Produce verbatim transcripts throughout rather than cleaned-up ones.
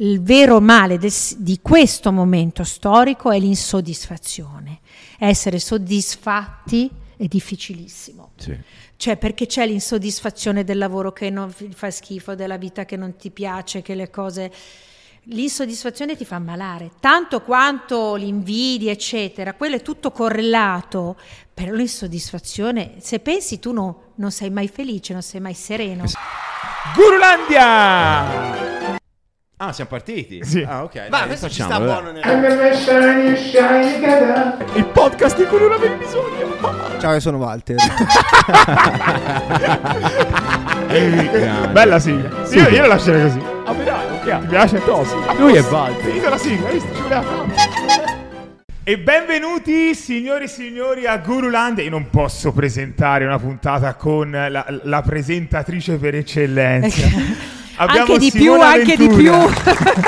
il vero male del, di questo momento storico è l'insoddisfazione. Essere soddisfatti è difficilissimo. Sì. Cioè, perché c'è l'insoddisfazione del lavoro che non fa schifo, della vita che non ti piace, che le cose... L'insoddisfazione ti fa ammalare, tanto quanto l'invidia, eccetera. Quello è tutto correlato, però l'insoddisfazione, se pensi tu no, non sei mai felice, non sei mai sereno. Gurulandia! Ah, siamo partiti? Sì. Ah, ok. Ma dai, questo ci facciamo, sta dai. buono nel... Il podcast di cui non avevi bisogno. Ciao, io sono Walter. Bella sigla. Io, io la lascerei così. Ah, beh, dai, ok. Ti piace? Tosi. Lui è Walter. Finita la sigla, hai visto? Ci voleva tanto. E benvenuti signori e signori a Gurulandia. Io non posso presentare una puntata con la, la presentatrice per eccellenza. Abbiamo Anche di Simona più, anche di Ventura. più.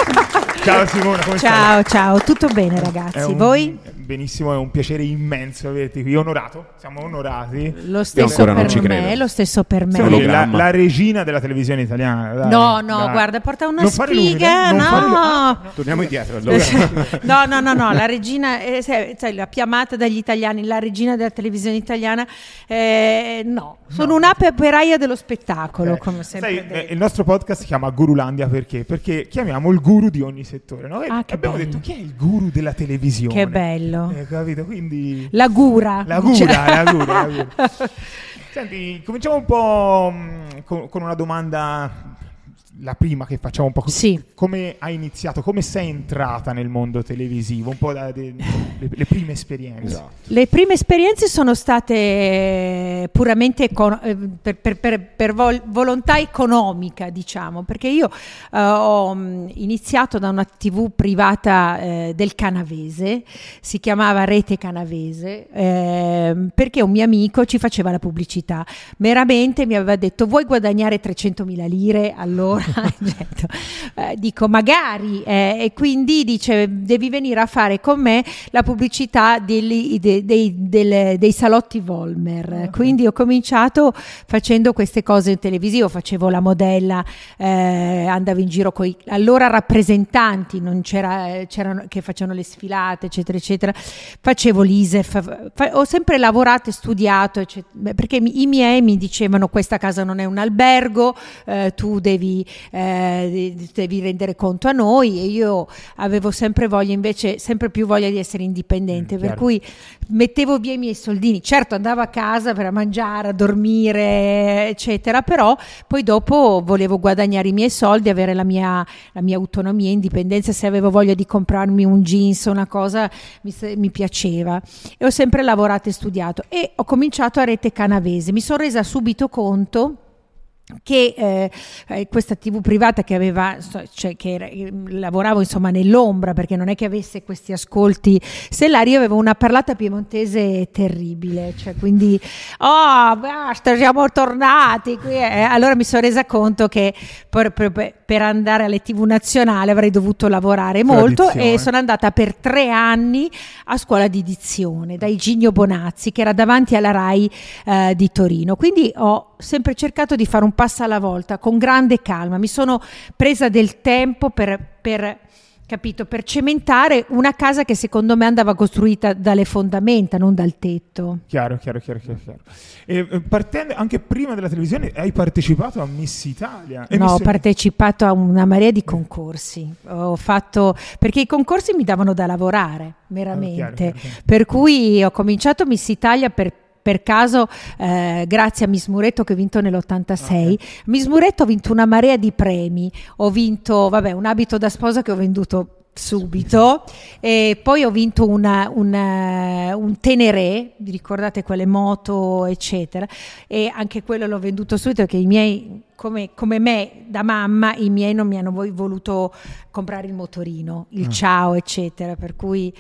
Ciao Simona, come Ciao, stai? ciao, tutto bene ragazzi, È un- voi? Benissimo, è un piacere immenso averti qui, onorato, siamo onorati. Lo stesso ancora non per ci me, credo. lo stesso per me. Siamo la, Ologramma. la regina della televisione italiana. Dai, No, no, dai. guarda, porta una Non fare sfiga, lumine, non fare lumine. no. Torniamo indietro allora. No, no, no, no, la regina, eh, sai, sai, la chiamata dagli italiani, la regina della televisione italiana, eh, no, sono No. un'ape operaia dello spettacolo, Eh, come ho sempre sai, detto. eh, il nostro podcast si chiama Gurulandia perché? Perché chiamiamo il guru di ogni settore, no? E Ah, che abbiamo bello. detto chi è il guru della televisione? Che bello. Eh, capito? Quindi La gura. la gura, Cioè- la gura, la gura. Senti, cominciamo un po' mh, con, con una domanda, la prima che facciamo un po' così. Sì. Come hai iniziato? Come sei entrata nel mondo televisivo? Un po' da, de- le, le prime esperienze. Esatto. Le prime esperienze sono state eh, puramente econo- eh, per, per- per- per vol- volontà economica, diciamo, perché io eh, ho mh, iniziato da una tivù privata eh, del Canavese, si chiamava Rete Canavese, eh, perché un mio amico ci faceva la pubblicità. Meramente mi aveva detto: vuoi guadagnare trecentomila lire? Allora detto, eh, dico magari, eh, e quindi dice devi venire a fare con me la pubblicità degli- de- dei, delle- dei salotti Volmer. Okay. Quindi ho cominciato facendo queste cose in televisivo, facevo la modella, eh, andavo in giro con i allora rappresentanti, non c'era, eh, c'erano che facevano le sfilate eccetera eccetera, facevo l'I S E F, fa- ho sempre lavorato e studiato eccetera, beh, perché mi- i miei mi dicevano questa casa non è un albergo, eh, tu devi Eh, devi rendere conto a noi, e io avevo sempre voglia, invece sempre più voglia di essere indipendente, Mm, per chiaro. cui mettevo via i miei soldini. Certo, andavo a casa per mangiare, a dormire eccetera, però poi dopo volevo guadagnare i miei soldi, avere la mia, la mia autonomia e indipendenza. Se avevo voglia di comprarmi un jeans o una cosa mi, mi piaceva, e ho sempre lavorato e studiato, e ho cominciato a Rete Canavese. Mi sono resa subito conto che eh, eh, questa tivù privata che aveva, cioè che era, eh, lavoravo insomma nell'ombra, perché non è che avesse questi ascolti stellari. Io avevo una parlata piemontese terribile, cioè quindi oh basta, siamo tornati qui, eh. Allora mi sono resa conto che per, per, per andare alle tivù nazionali avrei dovuto lavorare molto, Tradizione. e sono andata per tre anni a scuola di dizione da Igigno Bonazzi, che era davanti alla Rai eh, di Torino. Quindi ho sempre cercato di fare un passo alla volta, con grande calma. Mi sono presa del tempo per, per capito, per cementare una casa che secondo me andava costruita dalle fondamenta, non dal tetto. Chiaro, chiaro, chiaro, chiaro, chiaro. E eh, partendo anche prima della televisione, hai partecipato a Miss Italia? E No, Miss- ho partecipato a una marea di concorsi. Ho fatto, perché i concorsi mi davano da lavorare, veramente. chiaro, chiaro, chiaro. Per cui ho cominciato Miss Italia per per caso, eh, grazie a Miss Muretto che ho vinto nell'ottantasei. Ok. Miss Muretto ho vinto una marea di premi. Ho vinto, vabbè, un abito da sposa che ho venduto subito, e poi ho vinto una, una, un Teneré, vi ricordate quelle moto eccetera, e anche quello l'ho venduto subito, perché i miei, come, come me da mamma, i miei non mi hanno voi voluto comprare il motorino, il Ah. Ciao eccetera, per cui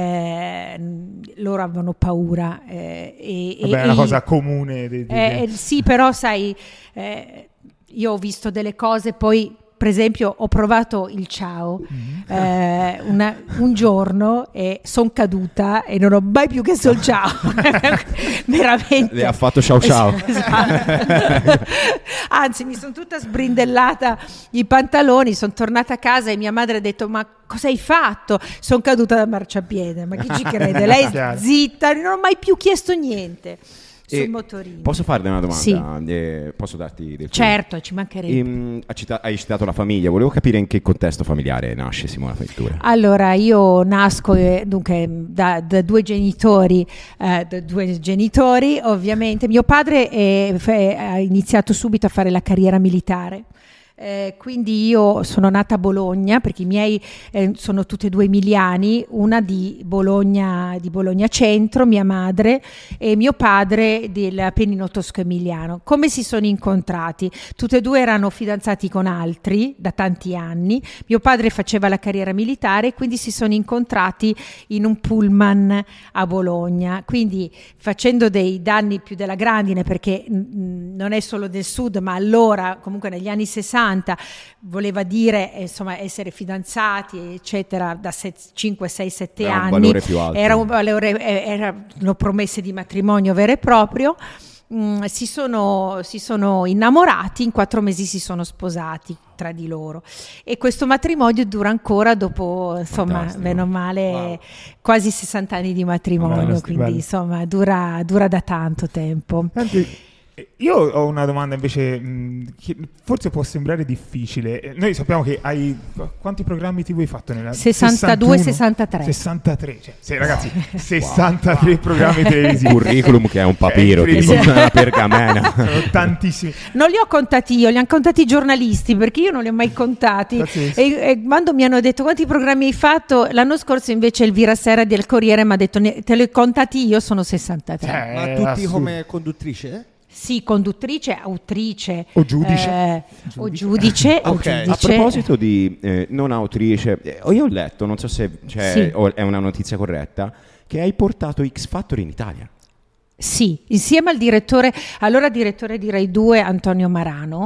eh, loro avevano paura, eh, e, Vabbè, e- è una e- cosa comune. Di, di- eh, eh, sì, però sai, eh, io ho visto delle cose poi per esempio ho provato il ciao mm. eh, una, un giorno e sono caduta e non ho mai più chiesto il ciao. Veramente. Le ha fatto ciao ciao. Esatto. Anzi, mi sono tutta sbrindellata i pantaloni, sono tornata a casa e mia madre ha detto: ma cosa hai fatto? Sono caduta dal marciapiede. Ma chi ci crede? Lei zitta, non ho mai più chiesto niente sul motorino. Posso farle una domanda? Sì. Eh, posso darti del Certo, ci mancherebbe. Ehm, hai citato la famiglia, volevo capire in che contesto familiare nasce Simona Ventura. Allora, io nasco eh, dunque da, da due genitori, eh, da due genitori, ovviamente. Mio padre è, è, ha iniziato subito a fare la carriera militare. Eh, quindi io sono nata a Bologna, perché i miei eh, sono tutti e due emiliani, una di Bologna, di Bologna Centro, mia madre, e mio padre del Appennino Tosco-Emiliano. Come si sono incontrati? Tutti e due erano fidanzati con altri da tanti anni. Mio padre faceva la carriera militare, quindi si sono incontrati in un pullman a Bologna, quindi facendo dei danni più della grandine, perché mh, non è solo del sud, ma allora comunque negli anni sessanta voleva dire insomma essere fidanzati eccetera da cinque, sei, sette era anni. Un valore più alto. Era un valore, erano promesse di matrimonio vero e proprio. Mm, si sono, si sono innamorati, in quattro mesi si sono sposati tra di loro e questo matrimonio dura ancora dopo, insomma, Fantastico. meno male, Wow. quasi sessanta anni di matrimonio, Bello, quindi bello. insomma dura, dura da tanto tempo. Senti, io ho una domanda invece mh, che forse può sembrare difficile. Eh, Noi sappiamo che hai quanti programmi ti hai fatto nella sessantadue, sessantuno? sessantatré. sessantatré, cioè, sì, ragazzi, sessantatré wow. programmi televisivi. Curriculum che è un papiro, È tipo una pergamena. Sono tantissimi. Non li ho contati io, li hanno contati i giornalisti, perché io non li ho mai contati. Pazzesco. E, e quando mi hanno detto quanti programmi hai fatto, l'anno scorso invece Elvira Serra del Corriere mi ha detto ne- te li ho contati io, sono sessantatré. Eh, Ma tutti assurdo. come conduttrice? Sì, conduttrice, autrice O giudice. eh, o giudice, o Ok. giudice. A proposito di eh, non autrice, eh, io ho letto, non so se cioè, Sì. o è una notizia corretta, che hai portato X Factor in Italia. Sì, insieme al direttore, allora direttore di Rai due Antonio Marano,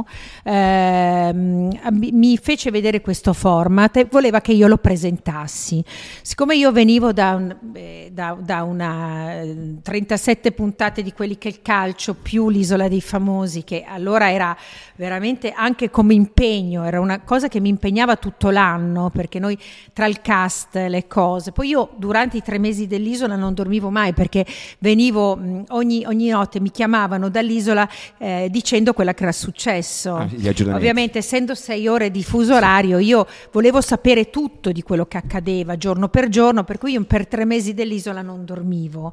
ehm, mi fece vedere questo format e voleva che io lo presentassi. Siccome io venivo da, un, eh, da, da una eh, trentasette puntate di Quelli che il calcio più l'Isola dei Famosi, che allora era veramente anche come impegno, era una cosa che mi impegnava tutto l'anno, perché noi tra il cast, le cose, poi io durante i tre mesi dell'Isola non dormivo mai, perché venivo mh, ogni, ogni notte mi chiamavano dall'Isola eh, dicendo quello che era successo. Ah, gli aggiornamenti. Ovviamente essendo sei ore di fuso orario io volevo sapere tutto di quello che accadeva giorno per giorno, per cui io per tre mesi dell'Isola non dormivo.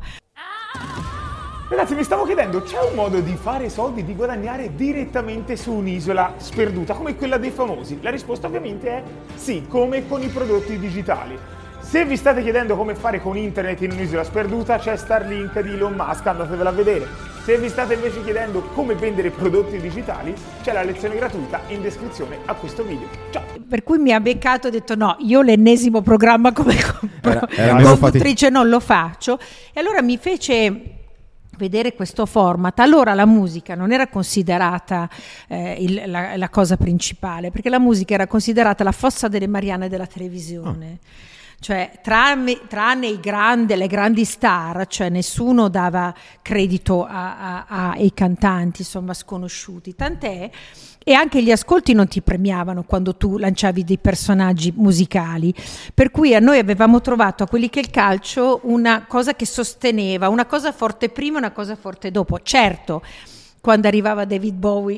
Ragazzi, mi stavo chiedendo, c'è un modo di fare soldi, di guadagnare direttamente su un'isola sperduta come quella dei famosi? La risposta ovviamente è sì, come con i prodotti digitali. Se vi state chiedendo come fare con internet in un'isola sperduta, c'è Starlink di Elon Musk, andatevela a vedere. Se vi state invece chiedendo come vendere prodotti digitali, c'è la lezione gratuita in descrizione a questo video. Ciao! Per cui mi ha beccato e ho detto no, io l'ennesimo programma come Era- era conduttrice non lo faccio. E allora mi fece vedere questo format. Allora la musica non era considerata eh, il, la, la cosa principale, perché la musica era considerata la fossa delle Marianne della televisione. Oh. Cioè, tranne, tranne i grandi, le grandi star, cioè nessuno dava credito a, a, a, ai cantanti, insomma, sconosciuti. Tant'è, e anche gli ascolti non ti premiavano quando tu lanciavi dei personaggi musicali. Per cui a noi avevamo trovato a Quelli che il calcio una cosa che sosteneva, una cosa forte prima e una cosa forte dopo. Certo, quando arrivava David Bowie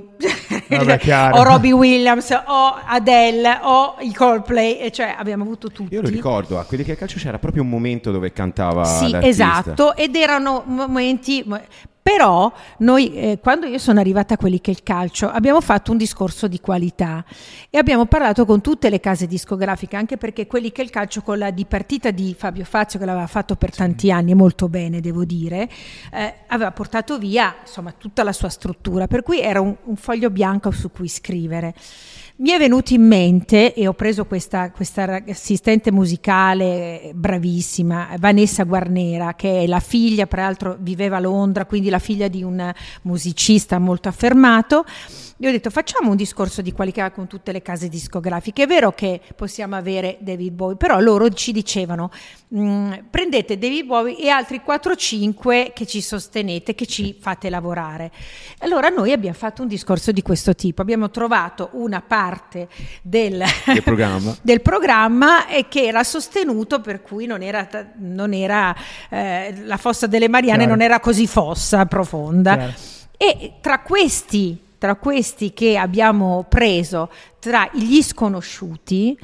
Vabbè, o Robbie Williams o Adele o i Coldplay, cioè abbiamo avuto tutti. Io lo ricordo, a Quelli che il calcio c'era proprio un momento dove cantava sì, l'artista. esatto, ed erano momenti. Però noi, eh, quando io sono arrivata a Quelli che il calcio, abbiamo fatto un discorso di qualità e abbiamo parlato con tutte le case discografiche, anche perché Quelli che il calcio, con la dipartita di Fabio Fazio, che l'aveva fatto per tanti anni, molto bene devo dire, eh, aveva portato via insomma tutta la sua struttura, per cui era un, un foglio bianco su cui scrivere. Mi è venuto in mente, e ho preso questa, questa assistente musicale bravissima, Vanessa Guarnera, che è la figlia, peraltro viveva a Londra, quindi la figlia di un musicista molto affermato, io ho detto facciamo un discorso di qualità con tutte le case discografiche. È vero che possiamo avere David Bowie, però loro ci dicevano mh, prendete David Bowie e altri quattro cinque che ci sostenete, che ci fate lavorare. Allora noi abbiamo fatto un discorso di questo tipo, abbiamo trovato una parte del, del programma, del programma e che era sostenuto, per cui non era, non era eh, la fossa delle Marianne, Chiaro. non era così fossa profonda. Chiaro. E tra questi tra questi che abbiamo preso, tra gli sconosciuti,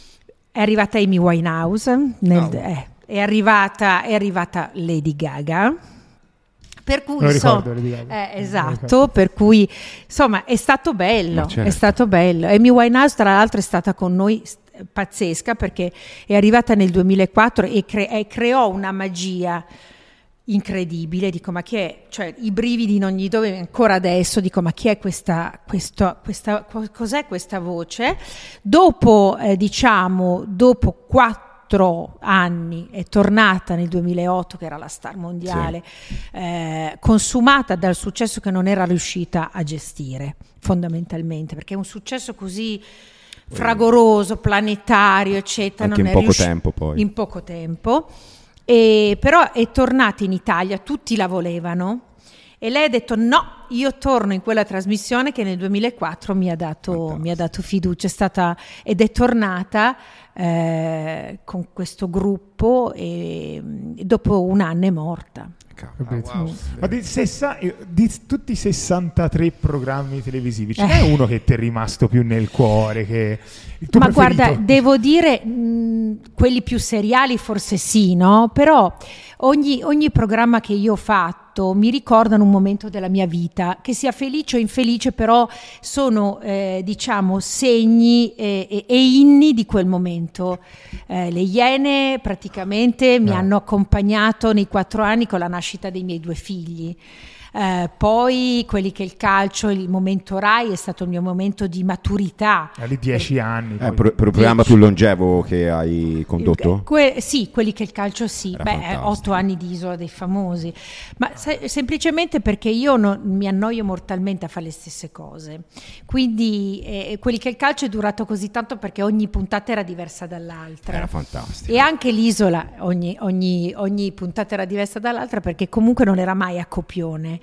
è arrivata Amy Winehouse, nel, Oh. eh, è, arrivata, è arrivata Lady Gaga, per cui Me lo insomma, ricordo, Lady Gaga. eh, esatto, per cui insomma è stato bello, Ma certo. è stato bello. Amy Winehouse tra l'altro è stata con noi st- pazzesca, perché è arrivata nel duemilaquattro e, cre- e creò una magia incredibile. Dico ma chi è, cioè i brividi in ogni dove ancora adesso, dico ma chi è questa, questo, questa cos'è questa voce. Dopo eh, diciamo dopo quattro anni è tornata nel duemilaotto, che era la star mondiale, sì. eh, consumata dal successo che non era riuscita a gestire, fondamentalmente, perché un successo così fragoroso, planetario, eccetera, anche non in è poco riusci- tempo poi in poco tempo. E però è tornata in Italia, tutti la volevano e lei ha detto no, io torno in quella trasmissione che nel duemilaquattro mi ha dato, mi ha dato fiducia, è stata, ed è tornata eh, con questo gruppo e dopo un anno è morta. Ah, wow. Ma di, sessa, di tutti i sessantatré programmi televisivi ce n'è eh. uno che ti è rimasto più nel cuore, che il tuo ma preferito? Guarda, devo dire mh, quelli più seriali forse sì, no? Però ogni, ogni programma che io ho fatto mi ricordano un momento della mia vita, che sia felice o infelice, però sono eh, diciamo segni e, e, e inni di quel momento. Eh, le Iene praticamente mi no. hanno accompagnato nei quattro anni con la nascita dei miei due figli. Uh, poi quelli che il calcio, il momento Rai è stato il mio momento di maturità. Alle dieci anni. Eh, per il programma più longevo che hai condotto? Il, que, sì, quelli che il calcio sì. Era Beh, fantastico. otto anni di Isola dei Famosi. Ma se, semplicemente perché io non, mi annoio mortalmente a fare le stesse cose. Quindi eh, quelli che il calcio è durato così tanto perché ogni puntata era diversa dall'altra. Era fantastico. E anche l'Isola, ogni, ogni, ogni puntata era diversa dall'altra perché comunque non era mai a copione.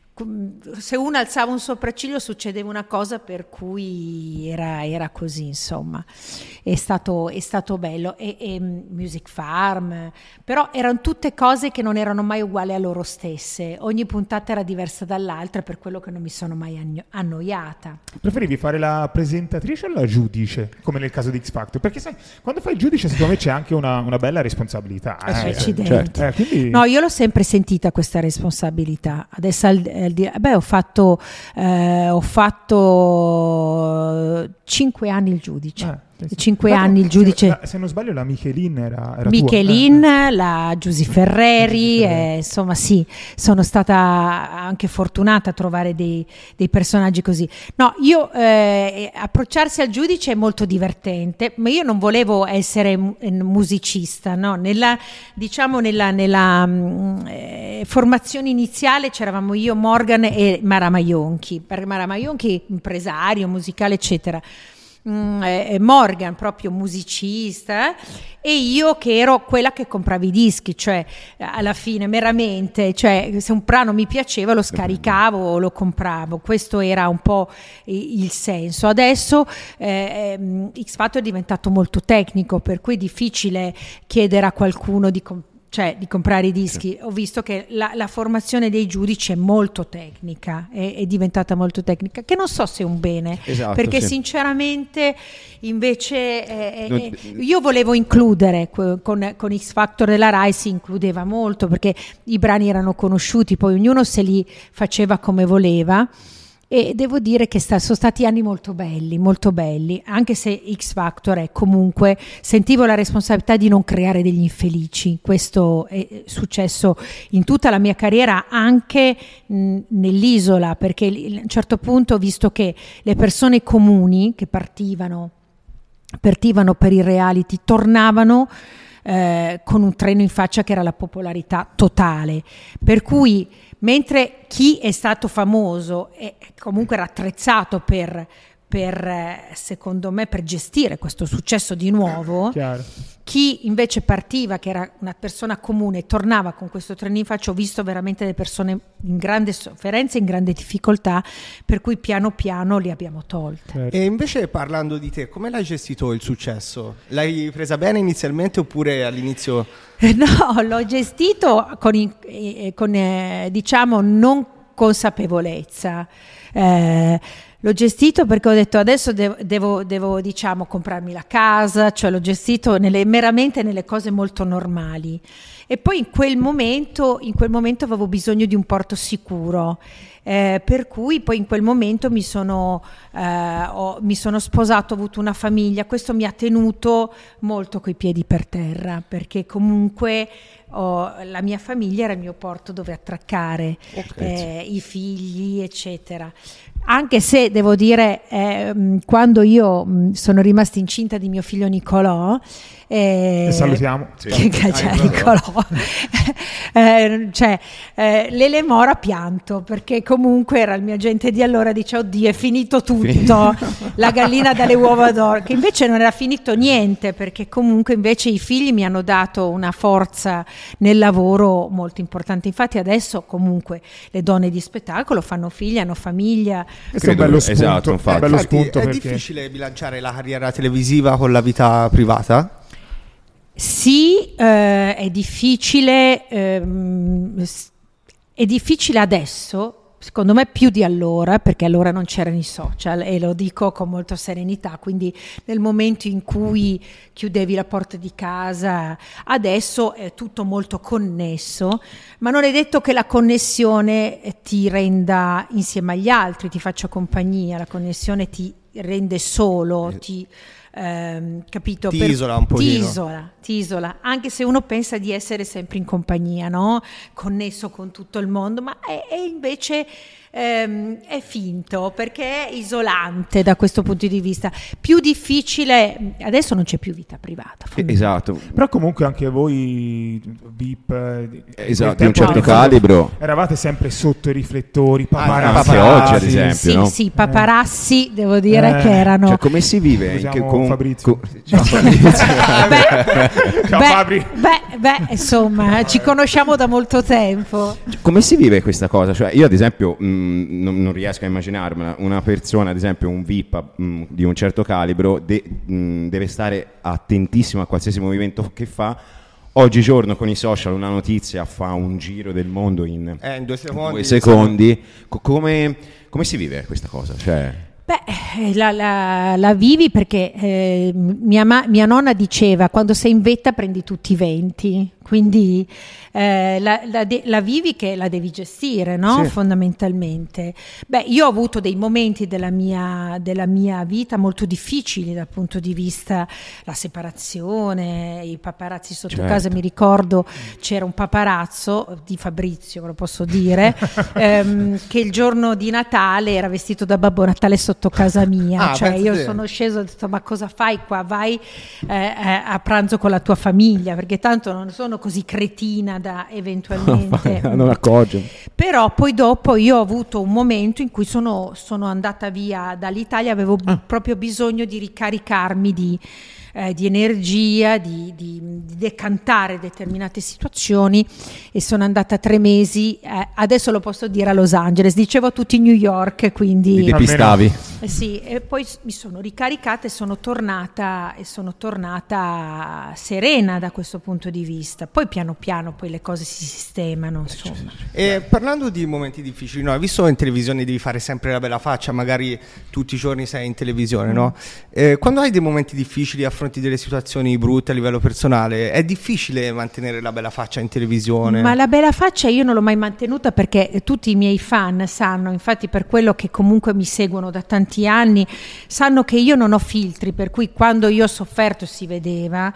Se uno alzava un sopracciglio succedeva una cosa, per cui era, era così, insomma. È stato, è stato bello. E, e Music Farm, però erano tutte cose che non erano mai uguali a loro stesse. Ogni puntata era diversa dall'altra, per quello che non mi sono mai anno- annoiata. Preferivi fare la presentatrice o la giudice, come nel caso di X Factor? Perché sai, quando fai il giudice secondo me c'è anche una, una bella responsabilità. Eh, Accidenti. certo. eh, quindi... No, io l'ho sempre sentita questa responsabilità. Adesso al, beh, ho fatto eh, ho fatto cinque anni il giudice. Eh, sì, sì. Cinque Dato, anni il giudice. Se, se non sbaglio, la Michelin era, era Michelin, tua. Eh. la Giusy Ferreri, eh, insomma, sì, sono stata anche fortunata a trovare dei, dei personaggi così. No, io eh, approcciarsi al giudice è molto divertente, ma io non volevo essere mu- musicista, no? Nella, diciamo, nella, nella mh, eh, formazione iniziale c'eravamo io, Morgan e Mara Maionchi, perché Mara Maionchi impresario musicale, eccetera. Mm, eh, Morgan proprio musicista, eh? E io che ero quella che comprava i dischi, cioè alla fine meramente, cioè se un brano mi piaceva lo scaricavo o lo compravo, questo era un po' il senso. Adesso eh, X Factor è diventato molto tecnico, per cui è difficile chiedere a qualcuno di comprare, cioè di comprare i dischi. Sì. Ho visto che la, la formazione dei giudici è molto tecnica, è, è diventata molto tecnica, che non so se è un bene, esatto, perché sì. sinceramente invece eh, non... eh, io volevo includere con, con X Factor della Rai, si includeva molto perché i brani erano conosciuti, poi ognuno se li faceva come voleva. E devo dire che sta, sono stati anni molto belli, molto belli, anche se X Factor è comunque, sentivo la responsabilità di non creare degli infelici. Questo è successo in tutta la mia carriera, anche mh, nell'isola, perché a un certo punto ho visto che le persone comuni che partivano, partivano per i reality tornavano eh, con un treno in faccia che era la popolarità totale, per cui mentre chi è stato famoso e comunque era attrezzato per, per secondo me per gestire questo successo di nuovo, Chiaro. Chi invece partiva, che era una persona comune, tornava con questo treno in faccia, ho visto veramente le persone in grande sofferenza, in grande difficoltà, per cui piano piano li abbiamo tolte. Certo. E invece parlando di te, come l'hai gestito il successo? L'hai presa bene inizialmente oppure all'inizio? No, l'ho gestito con, eh, con eh, diciamo non consapevolezza. Eh, L'ho gestito perché ho detto adesso devo, devo, devo diciamo comprarmi la casa, cioè l'ho gestito nelle, meramente nelle cose molto normali, e poi in quel momento, in quel momento avevo bisogno di un porto sicuro, eh, per cui poi in quel momento mi sono, eh, ho, mi sono sposato, ho avuto una famiglia, questo mi ha tenuto molto coi piedi per terra, perché comunque oh, la mia famiglia era il mio porto dove attraccare, okay. eh, i figli eccetera. Anche se devo dire, eh, quando io mh, sono rimasta incinta di mio figlio Nicolò, eh, e salutiamo, sì. che, che, cioè, Nicolò, eh, cioè, eh, Lele Mora pianto, perché comunque era il mio agente di allora, dice oddio è finito tutto, la gallina dalle uova d'oro, che invece non era finito niente, perché comunque invece i figli mi hanno dato una forza nel lavoro molto importante. Infatti adesso comunque le donne di spettacolo fanno figli, hanno famiglia. Questo è un bello spunto, esatto, infatti. è un bello Infatti, spunto è perché... difficile bilanciare la carriera televisiva con la vita privata? Sì, eh, è difficile, ehm, è difficile adesso, secondo me più di allora, perché allora non c'erano i social, e lo dico con molta serenità, quindi nel momento in cui chiudevi la porta di casa, adesso è tutto molto connesso, ma non è detto che la connessione ti renda insieme agli altri, ti faccia compagnia, la connessione ti rende solo, ti... Ehm, capito? Ti per, isola un pochino. Ti isola, ti isola, anche se uno pensa di essere sempre in compagnia, no? Connesso con tutto il mondo, ma è, è invece ehm, è finto, perché è isolante da questo punto di vista. Più difficile, adesso non c'è più vita privata. Esatto. Però comunque anche voi V I P esatto, di un certo calibro eravate sempre sotto i riflettori, paparazzi. paparazzi Oggi ad esempio, sì, no? sì, paparazzi, eh. devo dire eh. che erano... Cioè, come si vive? In che, con, Fabrizio. Con... Ciao Fabrizio. beh, Ciao beh, Fabri. Beh, beh, insomma, ci conosciamo da molto tempo. Come si vive questa cosa? Cioè, io ad esempio mh, non, non riesco a immaginarmela. Una persona, ad esempio un V I P mh, di un certo calibro de, mh, deve stare attentissimo a qualsiasi movimento che fa. Oggigiorno con i social una notizia fa un giro del mondo in, eh, in due secondi. Due secondi. Co- come, come si vive questa cosa? Cioè... Beh, la, la, la vivi perché eh, mia, ma, mia nonna diceva quando sei in vetta prendi tutti i venti, quindi eh, la, la, de, la vivi che la devi gestire, no? Sì. Fondamentalmente. Beh, io ho avuto dei momenti della mia, della mia vita molto difficili dal punto di vista la separazione, i paparazzi sotto certo. casa, mi ricordo c'era un paparazzo di Fabrizio, ve lo posso dire, ehm, che il giorno di Natale era vestito da Babbo Natale sotto casa mia, ah, cioè io te. sono sceso e ho detto ma cosa fai qua, vai eh, a pranzo con la tua famiglia, perché tanto non sono così cretina da eventualmente non accorgo. Però poi dopo io ho avuto un momento in cui sono, sono andata via dall'Italia, avevo ah. proprio bisogno di ricaricarmi di Eh, di energia, di, di, di decantare determinate situazioni, e sono andata tre mesi, eh, adesso lo posso dire, a Los Angeles, dicevo a tutti New York, quindi ti depistavi. Eh sì, e poi mi sono ricaricata e sono tornata e sono tornata serena da questo punto di vista. Poi piano piano poi le cose si sistemano, insomma. E parlando di momenti difficili, no? Visto in televisione devi fare sempre la bella faccia, magari tutti i giorni sei in televisione, mm. no? Eh, quando hai dei momenti difficili, affronti delle situazioni brutte a livello personale, è difficile mantenere la bella faccia in televisione? Ma la bella faccia io non l'ho mai mantenuta, perché tutti i miei fan sanno, infatti per quello che comunque mi seguono da tanti anni, sanno che io non ho filtri, per cui quando io ho sofferto si vedeva,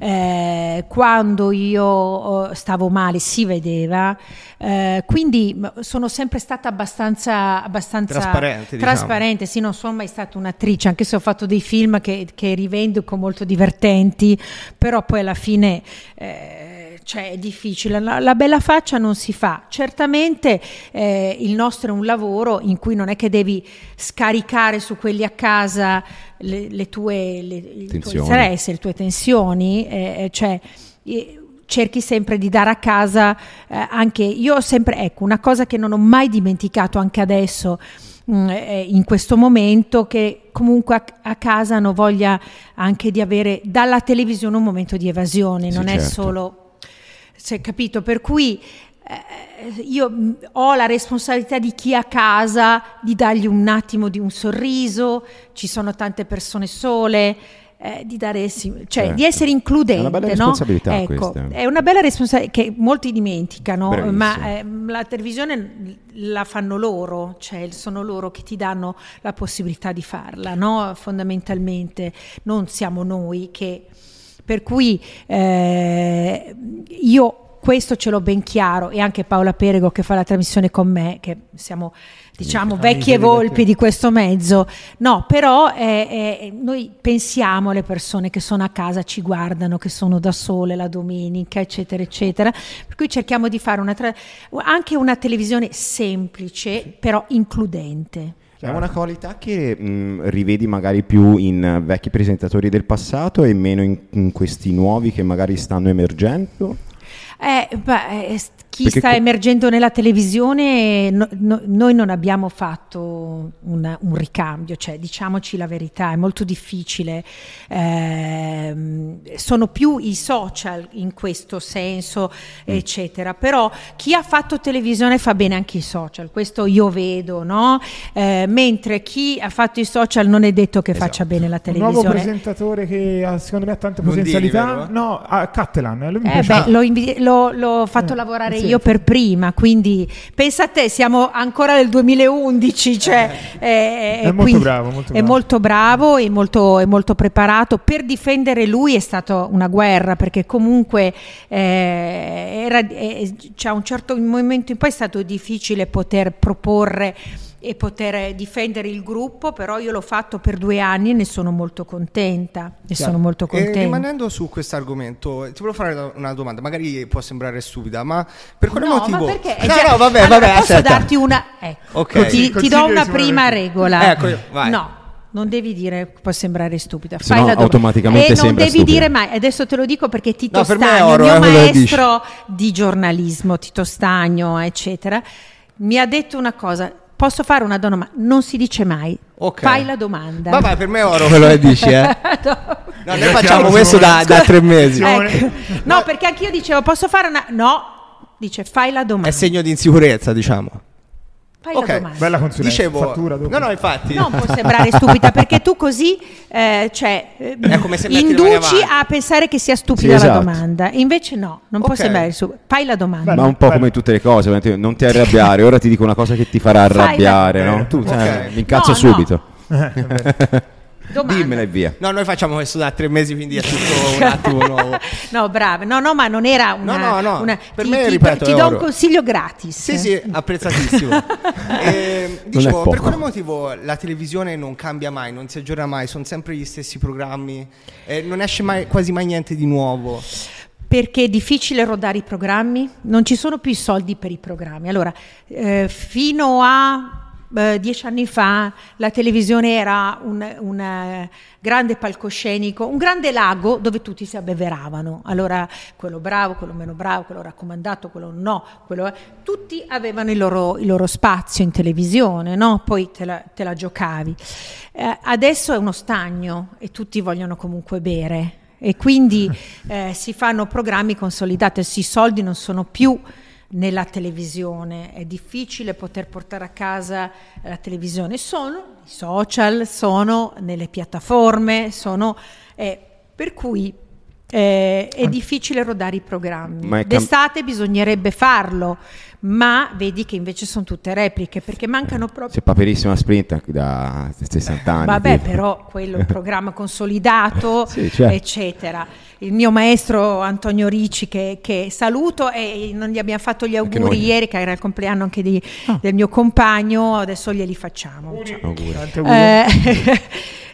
eh, quando io stavo male si vedeva, eh, quindi sono sempre stata abbastanza, abbastanza trasparente, trasparente diciamo. Sì, non sono mai stata un'attrice, anche se ho fatto dei film che, che rivendico molto molto divertenti, però poi alla fine eh, cioè è difficile. La, la bella faccia non si fa. Certamente eh, il nostro è un lavoro in cui non è che devi scaricare su quelli a casa le, le tue le, il tuo stress, le tue tensioni, eh, cioè eh, cerchi sempre di dare a casa eh, anche io ho sempre, ecco, una cosa che non ho mai dimenticato anche adesso mh, eh, in questo momento, che comunque a, a casa hanno voglia anche di avere dalla televisione un momento di evasione, sì, non certo. è solo, cioè, capito, per cui eh, io mh, ho la responsabilità di chi a casa di dargli un attimo di un sorriso, ci sono tante persone sole. Eh, di dare, cioè certo. di essere includente, è una bella responsabilità, no? Ecco, questa. È una bella responsabilità che molti dimenticano. Bravissimo. Ma eh, la televisione la fanno loro, cioè sono loro che ti danno la possibilità di farla, no? Fondamentalmente non siamo noi che, per cui eh, io questo ce l'ho ben chiaro, e anche Paola Perego che fa la trasmissione con me, che siamo diciamo vecchie volpi di questo mezzo, no, però eh, eh, noi pensiamo alle persone che sono a casa, ci guardano, che sono da sole la domenica, eccetera eccetera, per cui cerchiamo di fare una tra- anche una televisione semplice però includente. È una qualità che mh, rivedi magari più in vecchi presentatori del passato e meno in, in questi nuovi che magari stanno emergendo? Eh, beh, eh, chi Perché sta co- emergendo nella televisione, no, no, noi non abbiamo fatto una, un ricambio, cioè diciamoci la verità, è molto difficile, eh, sono più i social in questo senso, mm. eccetera, però chi ha fatto televisione fa bene anche i social, questo io vedo, no? Eh, mentre chi ha fatto i social non è detto che esatto. faccia bene la televisione. Un nuovo presentatore che ha, secondo me ha tante Lundini, potenzialità, vero? no, a Cattelan, lui mi Eh piace. beh, l'ho, invi- l'ho, l'ho fatto Eh, lavorare sì. io per prima, quindi pensa a te, siamo ancora nel duemilaundici, cioè, eh, È molto quindi bravo, molto è bravo. molto bravo e molto, è molto preparato. Per difendere lui è stata una guerra, perché comunque eh, era, eh, cioè, a un certo momento in poi è stato difficile poter proporre e poter difendere il gruppo, però io l'ho fatto per due anni e ne sono molto contenta, ne Chiaro. sono molto contenta. E rimanendo su questo argomento, ti volevo fare una domanda, magari può sembrare stupida, ma per quale no, motivo? ma perché? No, Già- no, vabbè, allora, vabbè, posso aspetta. darti una, ecco, Ok. ti, Sì, ti consiglio do di una Simone prima Ventura. regola. Ecco, vai. No, non devi dire, può sembrare stupida. Se Fai no, la domanda. automaticamente e non sembra devi stupida. dire mai. Adesso te lo dico perché Tito No, per me è Stagno, oro, il eh, mio quello che maestro di giornalismo, Tito Stagno, eccetera, mi ha detto una cosa. Posso fare una domanda? Non si dice mai. Ok. Fai la domanda. Vabbè, per me è oro quello che dici, eh. No. No, noi facciamo questo da, da tre mesi. Ecco. No, perché anch'io dicevo, posso fare una... No, dice, fai la domanda. È segno di insicurezza, diciamo. Fai Ok. la domanda. Bella consulenza, Dicevo, fattura dopo. no, no, infatti. Non può sembrare stupida, perché tu così eh, cioè, eh, È come se metti le mani induci avanti. a pensare che sia stupida Sì, la esatto. domanda. Invece no, non può Ok. sembrare stupida. Fai la domanda. Bello. Ma un po' come in tutte le cose, veramente, non ti arrabbiare, ora ti dico una cosa che ti farà Fai la- arrabbiare, no? Tu Ok. cioè, mi incazzo No, subito. Domanda. Dimmela e via. No, noi facciamo questo da tre mesi, quindi è tutto un attimo nuovo. No, brava. No, no, ma non era una... No, no, no. una- Per ti, me, ti- ripeto, ti è do oro. un consiglio gratis. Sì, sì, apprezzatissimo. E, Non dicevo, è poco. per quale motivo la televisione non cambia mai, non si aggiorna mai, sono sempre gli stessi programmi, e non esce mai, quasi mai niente di nuovo? Perché è difficile rodare i programmi, non ci sono più i soldi per i programmi. Allora, eh, fino a eh, dieci anni fa la televisione era un, un eh, grande palcoscenico, un grande lago dove tutti si abbeveravano. Allora, quello bravo, quello meno bravo, quello raccomandato, quello no, quello... tutti avevano il loro, il loro spazio in televisione, no? Poi te la, te la giocavi. Eh, adesso è uno stagno e tutti vogliono comunque bere. E quindi eh, si fanno programmi consolidati, i soldi non sono più nella televisione, è difficile poter portare a casa la televisione, sono i social, sono nelle piattaforme, sono eh, per cui eh, è difficile rodare i programmi. Ma è cam- D'estate bisognerebbe farlo, ma vedi che invece sono tutte repliche perché mancano proprio. C'è Paperissima Sprint da sessanta anni. Vabbè, tipo. però quello è il programma consolidato, Sì, certo. eccetera. Il mio maestro Antonio Ricci, che, che saluto, e non gli abbiamo fatto gli Anche auguri noi. ieri, che era il compleanno anche di, del mio compagno, adesso glieli facciamo. Auguri. Tanti auguri. Eh,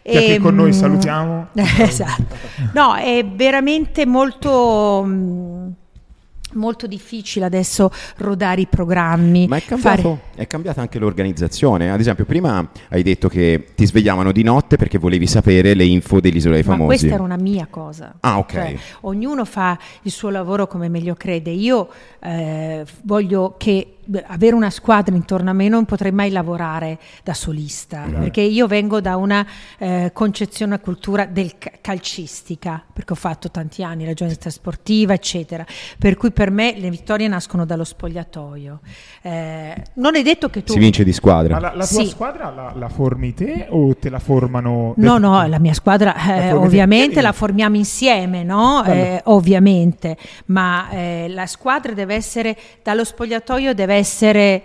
Che anche con noi salutiamo. Esatto. No, è veramente molto molto difficile adesso rodare i programmi. Ma è cambiato, fare... è cambiata anche l'organizzazione. Ad esempio, prima hai detto che ti svegliavano di notte perché volevi sapere le info dell'Isola dei Famosi. Ma questa era una mia cosa. Ah, ok. Cioè, ognuno fa il suo lavoro come meglio crede. Io eh, voglio che avere una squadra intorno a me, non potrei mai lavorare da solista, mm. perché io vengo da una eh, concezione, una cultura del calcistica, perché ho fatto tanti anni la giornalista sportiva, eccetera, per cui per me le vittorie nascono dallo spogliatoio. Eh, non è detto che tu... Si vince di squadra. Ma la, la tua sì. squadra la, la formi te o te la formano? No, no, la mia squadra eh, la ovviamente te? la formiamo insieme, no? Eh, ovviamente, ma eh, la squadra deve essere, dallo spogliatoio deve essere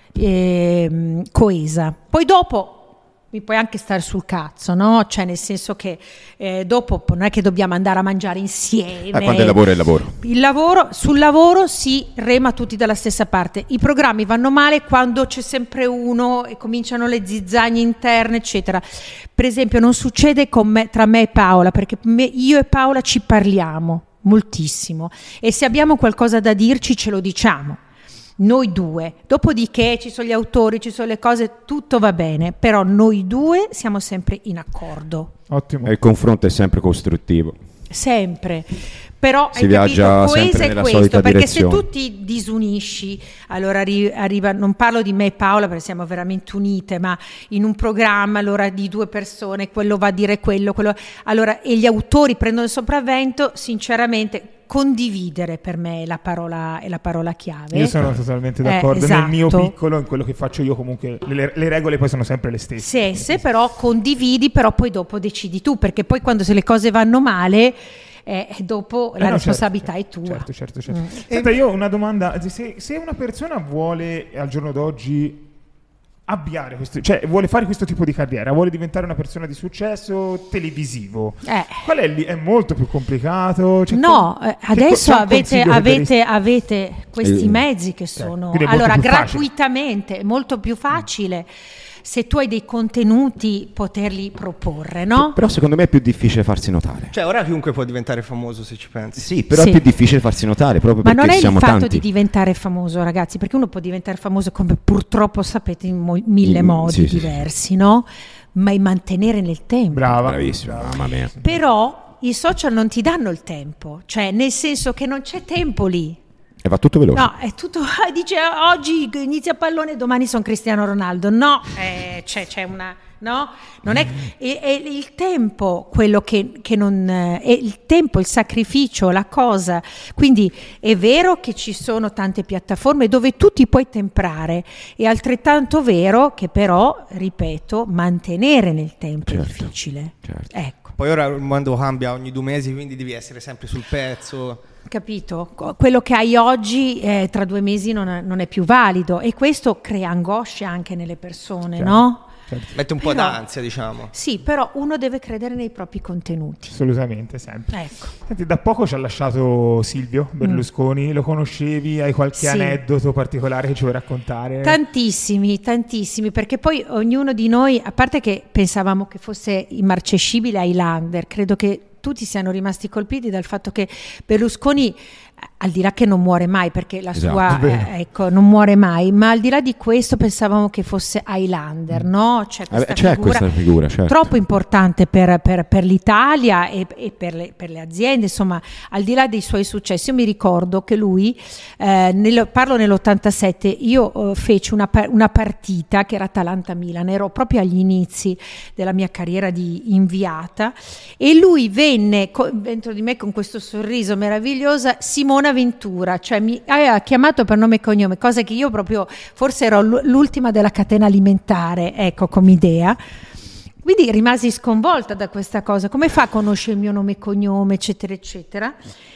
eh, coesa. Poi dopo mi puoi anche stare sul cazzo, no? Cioè nel senso che eh, dopo non è che dobbiamo andare a mangiare insieme. Ah, quando il lavoro è il lavoro. Il lavoro, sul lavoro si rema tutti dalla stessa parte. I programmi vanno male quando c'è sempre uno e cominciano le zizzagne interne, eccetera. Per esempio non succede con me, tra me e Paola, perché me, io e Paola ci parliamo moltissimo e se abbiamo qualcosa da dirci ce lo diciamo. Noi due, dopodiché ci sono gli autori, ci sono le cose, tutto va bene, però noi due siamo sempre in accordo. Ottimo. E il confronto è sempre costruttivo. Sempre, però si hai viaggia capito, sempre coesa nella è questo, solita perché direzione. se tu ti disunisci, allora arri- arriva, non parlo di me e Paola perché siamo veramente unite, ma in un programma allora di due persone, quello va a dire quello, quello allora e gli autori prendono il sopravvento, sinceramente condividere per me è la parola, è la parola chiave. Io sono totalmente d'accordo, eh, esatto. Nel mio piccolo, in quello che faccio io comunque le, le regole poi sono sempre le stesse. Sì, se però condividi, però poi dopo decidi tu, perché poi quando se le cose vanno male eh, dopo Eh la no, responsabilità certo, è tua. Certo, certo, certo. Mm. Senta, io ho una domanda, se, se una persona vuole al giorno d'oggi avviare questo, cioè vuole fare questo tipo di carriera, vuole diventare una persona di successo televisivo, Eh. qual è lì? È molto più complicato? Cioè, No, com- eh, che adesso co- c'è un avete, consiglio che avete, daresti? avete questi Eh. mezzi che sono quindi è molto allora più facile. gratuitamente, è molto più facile. Se tu hai dei contenuti poterli proporre, no? Però secondo me è più difficile farsi notare. Cioè, ora chiunque può diventare famoso se ci pensi. Sì, però Sì. è più difficile farsi notare proprio Ma perché non è il siamo fatto tanti. di diventare famoso, ragazzi, perché uno può diventare famoso come purtroppo sapete in mo- mille Mm, modi sì, sì. diversi, no? Ma il mantenere nel tempo. Brava. Bravissima, mamma mia. Però i social non ti danno il tempo, cioè nel senso che non c'è tempo lì. E va tutto veloce. No, è tutto. Dice oggi inizia pallone, domani sono Cristiano Ronaldo. No, eh, c'è, c'è una. No, non è, è, è il tempo quello che, che non è il tempo, il sacrificio, la cosa. Quindi è vero che ci sono tante piattaforme dove tu ti puoi temprare, è altrettanto vero che però, ripeto, mantenere nel tempo Certo, è difficile. certo. Ecco. Poi ora il mondo cambia ogni due mesi, quindi devi essere sempre sul pezzo. Capito? Quello che hai oggi eh, tra due mesi non è, non è più valido e questo crea angoscia anche nelle persone, Certo. no? Certo. Mette un po' Però- d'ansia, diciamo. Sì, però uno deve credere nei propri contenuti. Assolutamente, sempre. Ecco. Senti, da poco ci ha lasciato Silvio Berlusconi, lo conoscevi? Hai qualche Sì. aneddoto particolare che ci vuoi raccontare? Tantissimi, tantissimi, perché poi ognuno di noi, a parte che pensavamo che fosse immarcescibile Highlander, credo che tutti siano rimasti colpiti dal fatto che Berlusconi, al di là che non muore mai, perché la Esatto. sua, Vero. eh, ecco, non muore mai, ma al di là di questo pensavamo che fosse Highlander, no? C'è Vabbè, questa c'è figura, questa figura, certo. troppo importante per, per- per l'Italia e, e per, le, per le aziende, insomma, al di là dei suoi successi. Io mi ricordo che lui, eh, nel- parlo nell'ottantasette, io eh, feci una, par- una partita che era Atalanta-Milan, ero proprio agli inizi della mia carriera di inviata e lui venne co- dentro di me con questo sorriso meraviglioso, Simona Ventura, cioè mi aveva chiamato per nome e cognome, cosa che io proprio forse ero l- l'ultima della catena alimentare, ecco, come idea. Quindi rimasi sconvolta da questa cosa, come fa a conoscere il mio nome e cognome, eccetera, eccetera.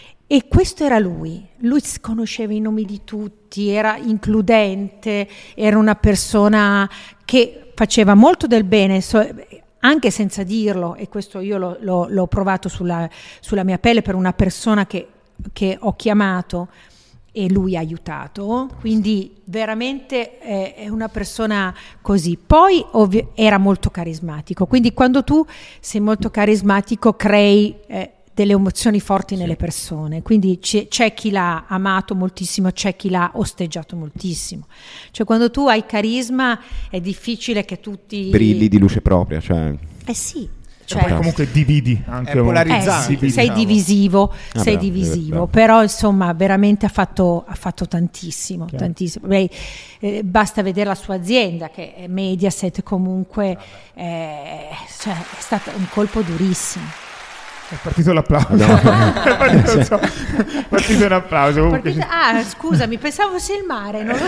E questo era lui, lui conosceva i nomi di tutti, era includente, era una persona che faceva molto del bene, so- anche senza dirlo, e questo io lo- lo- l'ho provato sulla, sulla mia pelle per una persona che, che ho chiamato e lui ha aiutato, quindi veramente è, è una persona così. Poi ovvi- era molto carismatico, quindi quando tu sei molto carismatico crei eh, delle emozioni forti nelle persone, quindi c'è, c'è chi l'ha amato moltissimo, c'è chi l'ha osteggiato moltissimo, cioè quando tu hai carisma è difficile che tutti brilli di luce propria, cioè eh sì. Cioè, poi comunque dividi anche, è polarizzante, eh, sì, diciamo. sei divisivo, Ah, sei beh, divisivo, eh, però insomma veramente ha fatto, ha fatto tantissimo, Chiaro. tantissimo. Beh, eh, basta vedere la sua azienda che è Mediaset, comunque eh, cioè, è stato un colpo durissimo. È partito l'applauso. No. è partito, non so, è partito un applauso. Comunque Partita- ah, scusami, pensavo fosse il mare, non lo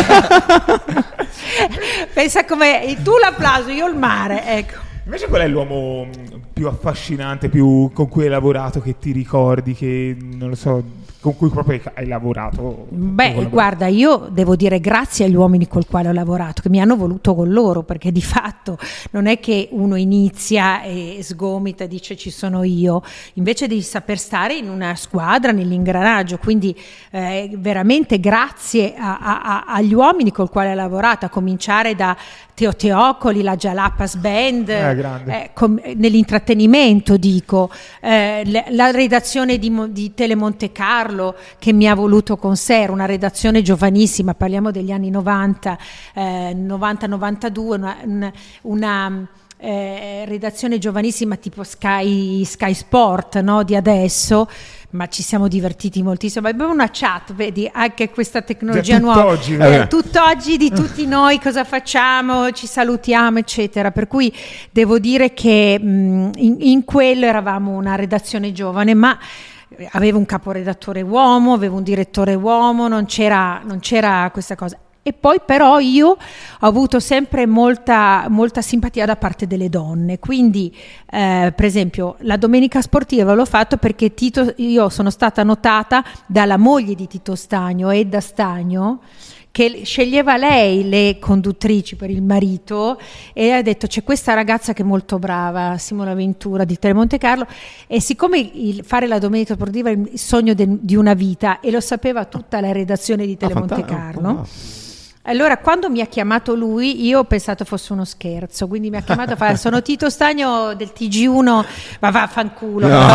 so. Pensa come tu l'applauso, io il mare, ecco. Invece qual è l'uomo più affascinante, più con cui hai lavorato, che ti ricordi, che non lo so, con cui proprio hai lavorato? Beh, guarda, io devo dire grazie agli uomini col quale ho lavorato, che mi hanno voluto con loro, perché di fatto non è che uno inizia e sgomita e dice ci sono io, invece devi saper stare in una squadra, nell'ingranaggio, quindi eh, veramente grazie a, a, a, agli uomini col quale ho lavorato, a cominciare da Teo Teocoli, la Jalapas Band, Eh, grande. eh, com- nell'intrattenimento dico, eh, le- la redazione di, Mo- di Tele Monte Carlo che mi ha voluto con sé, era una redazione giovanissima, parliamo degli anni novanta, eh, novanta novantadue, una, una, una eh, redazione giovanissima tipo Sky, Sky Sport, no, di adesso, ma ci siamo divertiti moltissimo. Abbiamo una chat, vedi, anche questa tecnologia Già nuova. tutt'oggi, Eh, eh. tutt'oggi di tutti noi cosa facciamo, ci salutiamo, eccetera. Per cui devo dire che mh, in, in quello eravamo una redazione giovane, ma avevo un caporedattore uomo, avevo un direttore uomo, non c'era, non c'era questa cosa. E poi però io ho avuto sempre molta, molta simpatia da parte delle donne, quindi eh, per esempio la domenica sportiva l'ho fatto perché Tito, io sono stata notata dalla moglie di Tito Stagno, Edda Stagno, che sceglieva lei le conduttrici per il marito e ha detto c'è questa ragazza che è molto brava, Simona Ventura di Tele Monte Carlo, e siccome il, fare la domenica sportiva è il sogno de, di una vita e lo sapeva tutta la redazione di Tele Ah, Monte fanta- Carlo, oh, allora quando mi ha chiamato lui io ho pensato fosse uno scherzo, quindi mi ha chiamato a fare sono Tito Stagno del T G uno, ma vaffanculo. No.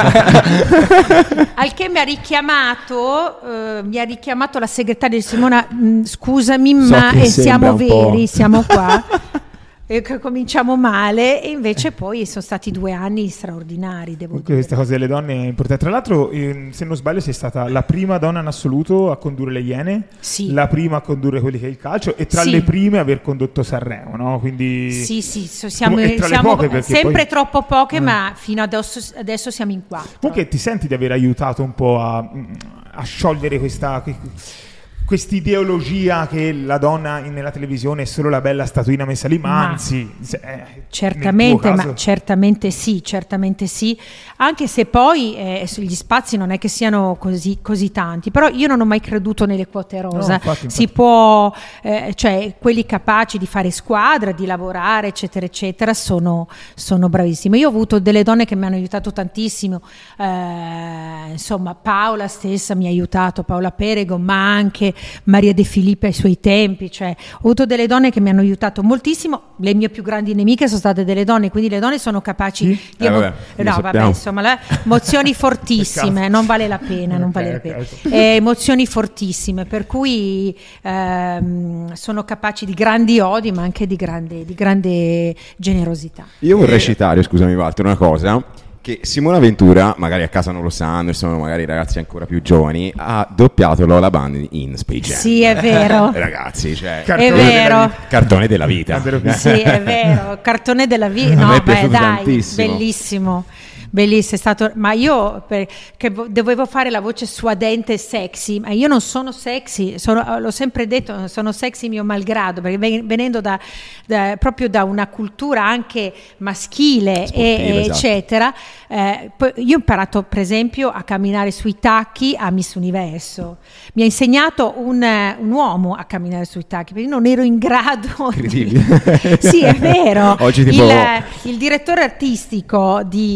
Al che mi ha richiamato eh, mi ha richiamato la segretaria di Simona, mh, scusami So ma che eh, siamo sembra un po'. veri, siamo qua e che cominciamo male, e invece poi sono stati due anni straordinari, devo Comunque dire. questa cosa delle donne è importante. Tra l'altro, eh, se non sbaglio, sei stata la prima donna in assoluto a condurre le Iene, Sì. la prima a condurre quelli che è il calcio e tra Sì. le prime a aver condotto Sanremo, no? Quindi Sì, sì, so- siamo, E tra le siamo poche, perché sempre poi- troppo poche, Mm. ma fino adesso, adesso siamo in quattro. Comunque ti senti di aver aiutato un po' a, a sciogliere questa quest'ideologia che la donna in- nella televisione è solo la bella statuina messa lì, ma, Ma- anzi se- eh, nel Certamente, tuo caso- ma certamente sì, certamente sì, anche se poi eh, gli spazi non è che siano così, così tanti, però io non ho mai creduto nelle quote rosa. No, infatti, Si infatti. può, eh, cioè quelli capaci di fare squadra, di lavorare, eccetera, eccetera, sono, sono bravissimi. Io ho avuto delle donne che mi hanno aiutato tantissimo, eh, insomma Paola stessa mi ha aiutato, Paola Perego, ma anche Maria De Filippi ai suoi tempi, cioè ho avuto delle donne che mi hanno aiutato moltissimo. Le mie più grandi nemiche sono state delle donne, quindi le donne sono capaci Sì? di Eh, emo- vabbè, lo no vabbè sappiamo. insomma le- emozioni fortissime, Peccato. non vale la pena, non Ok, vale la ok, pena. ok. Eh, emozioni fortissime, per cui ehm, sono capaci di grandi odi ma anche di grande, di grande generosità. Io vorrei citare, scusami Walter, una cosa, che Simona Ventura, magari a casa non lo sanno, sono magari ragazzi ancora più giovani, ha doppiato Lola Bunny in Space Jam. Sì, è vero. Ragazzi, cioè, Cartone È della vero. vita. cartone della vita. Quando ero più- Sì, è vero, cartone della vita. A me No, è beh, piaciuto dai, tantissimo. bellissimo. Bellissimo, è stato, ma io per, che vo- dovevo fare la voce suadente e sexy, ma io non sono sexy, sono, l'ho sempre detto, sono sexy mio malgrado, perché ven- venendo da, da- proprio da una cultura anche maschile Sportiva, e, e esatto. eccetera, eh, poi io ho imparato per esempio a camminare sui tacchi a Miss Universo, mi ha insegnato un, eh, un uomo a camminare sui tacchi, perché io non ero in grado. Incredibile. Sì, è vero. Oggi tipo... il, il direttore artistico di, eh,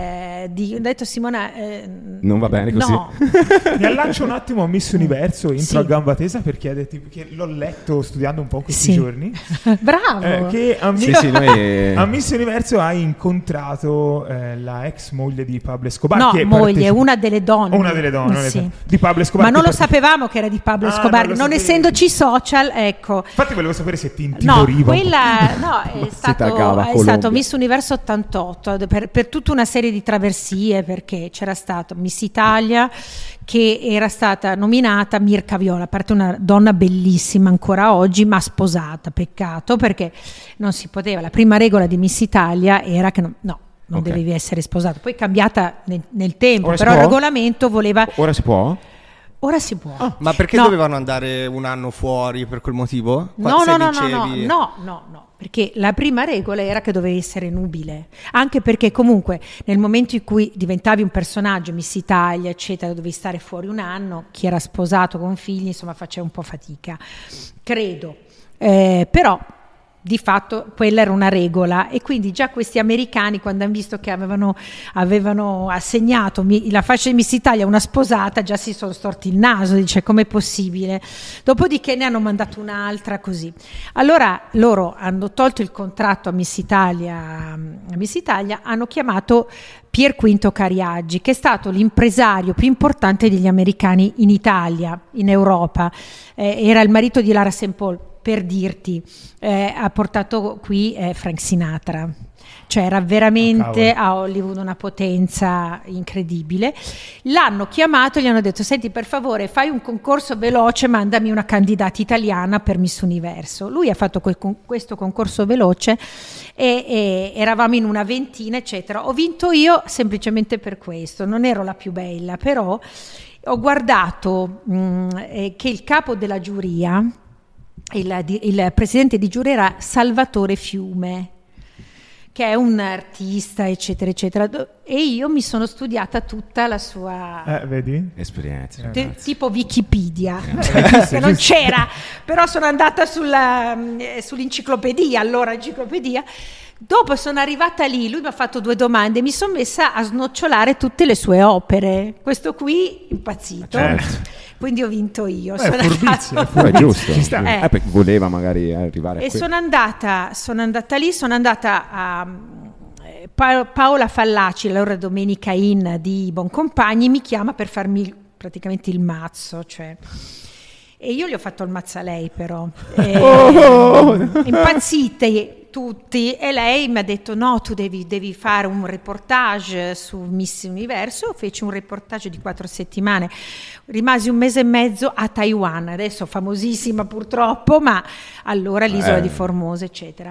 eh, di, ho detto Simona eh, non va bene così. No. Mi allaccio un attimo a Miss Universo, entro Sì. a gamba tesa per chiederti, perché l'ho letto studiando un po' questi Sì. giorni. Bravo. Eh, che a, Sì, Miss, sì, noi... a Miss Universo hai incontrato eh, la ex moglie di Pablo Escobar. No, che moglie, parteci- una delle donne. Una delle donne, non le Sì. sa- di Pablo Escobar. Ma non che lo parte- sapevamo che era di Pablo Ah, Escobar, non non, lo sapevi. essendoci social, ecco. Infatti volevo sapere se ti No, intimoriva. quella no, è stato, taggava è Colombia. stato Miss Universo ottantotto per, per tutta una serie di traversie, perché c'era stato Miss Italia che era stata nominata Mirka Viola, a parte una donna bellissima ancora oggi, ma sposata, peccato, perché non si poteva. La prima regola di Miss Italia era che non, no, non Ok. dovevi essere sposato, poi è cambiata nel, nel tempo, Ora si però il può? regolamento voleva... Ora si può? Ora si può. Ma perché No. dovevano andare un anno fuori per quel motivo? Qua- No, se no, no, no, no, vincevi- no, no, no, perché la prima regola era che dovevi essere nubile, anche perché comunque nel momento in cui diventavi un personaggio, Miss Italia, eccetera, dovevi stare fuori un anno, chi era sposato con figli, insomma, faceva un po' fatica, credo, eh, però di fatto quella era una regola, e quindi già questi americani, quando hanno visto che avevano, avevano assegnato mi- la fascia di Miss Italia a una sposata, già si sono storti il naso, dice com'è possibile. Dopodiché ne hanno mandato un'altra, così. Allora loro hanno tolto il contratto a Miss Italia, a Miss Italia hanno chiamato Pier Quinto Cariaggi, che è stato l'impresario più importante degli americani in Italia, in Europa. Eh, era il marito di Lara Saint Paul, per dirti, eh, ha portato qui eh, Frank Sinatra, cioè era veramente Oh, a Hollywood una potenza incredibile. L'hanno chiamato e gli hanno detto: senti, per favore fai un concorso veloce, mandami una candidata italiana per Miss Universo. Lui ha fatto quel con- questo concorso veloce e, e eravamo in una ventina, eccetera. Ho vinto io semplicemente per questo, non ero la più bella, però ho guardato mh, eh, che il capo della giuria, Il, il presidente di giuria era Salvatore Fiume, che è un artista, eccetera, eccetera, e io mi sono studiata tutta la sua... Eh, vedi? Esperienza. te- ragazzi. tipo Wikipedia, giusto, che non giusto. c'era, però sono andata sulla, eh, sull'enciclopedia, allora enciclopedia. Dopo sono arrivata lì, lui mi ha fatto due domande, mi sono messa a snocciolare tutte le sue opere. Questo qui impazzito, Certo. quindi ho vinto io. Beh, Sono furbizia, andata- è Però è giusto. Ci sta. Eh. Eh, perché voleva magari arrivare a E qui. sono andata, sono andata lì, sono andata a eh, Pa- Paola Fallaci, allora Domenica In di Boncompagni, mi chiama per farmi praticamente il mazzo, cioè. E io gli ho fatto il mazzo a lei, però. E, Oh! impazzite tutti, e lei mi ha detto: no, tu devi, devi fare un reportage su Miss Universo. Feci un reportage di quattro settimane, rimasi un mese e mezzo a Taiwan, adesso famosissima purtroppo, ma allora l'isola Eh. di Formosa, eccetera.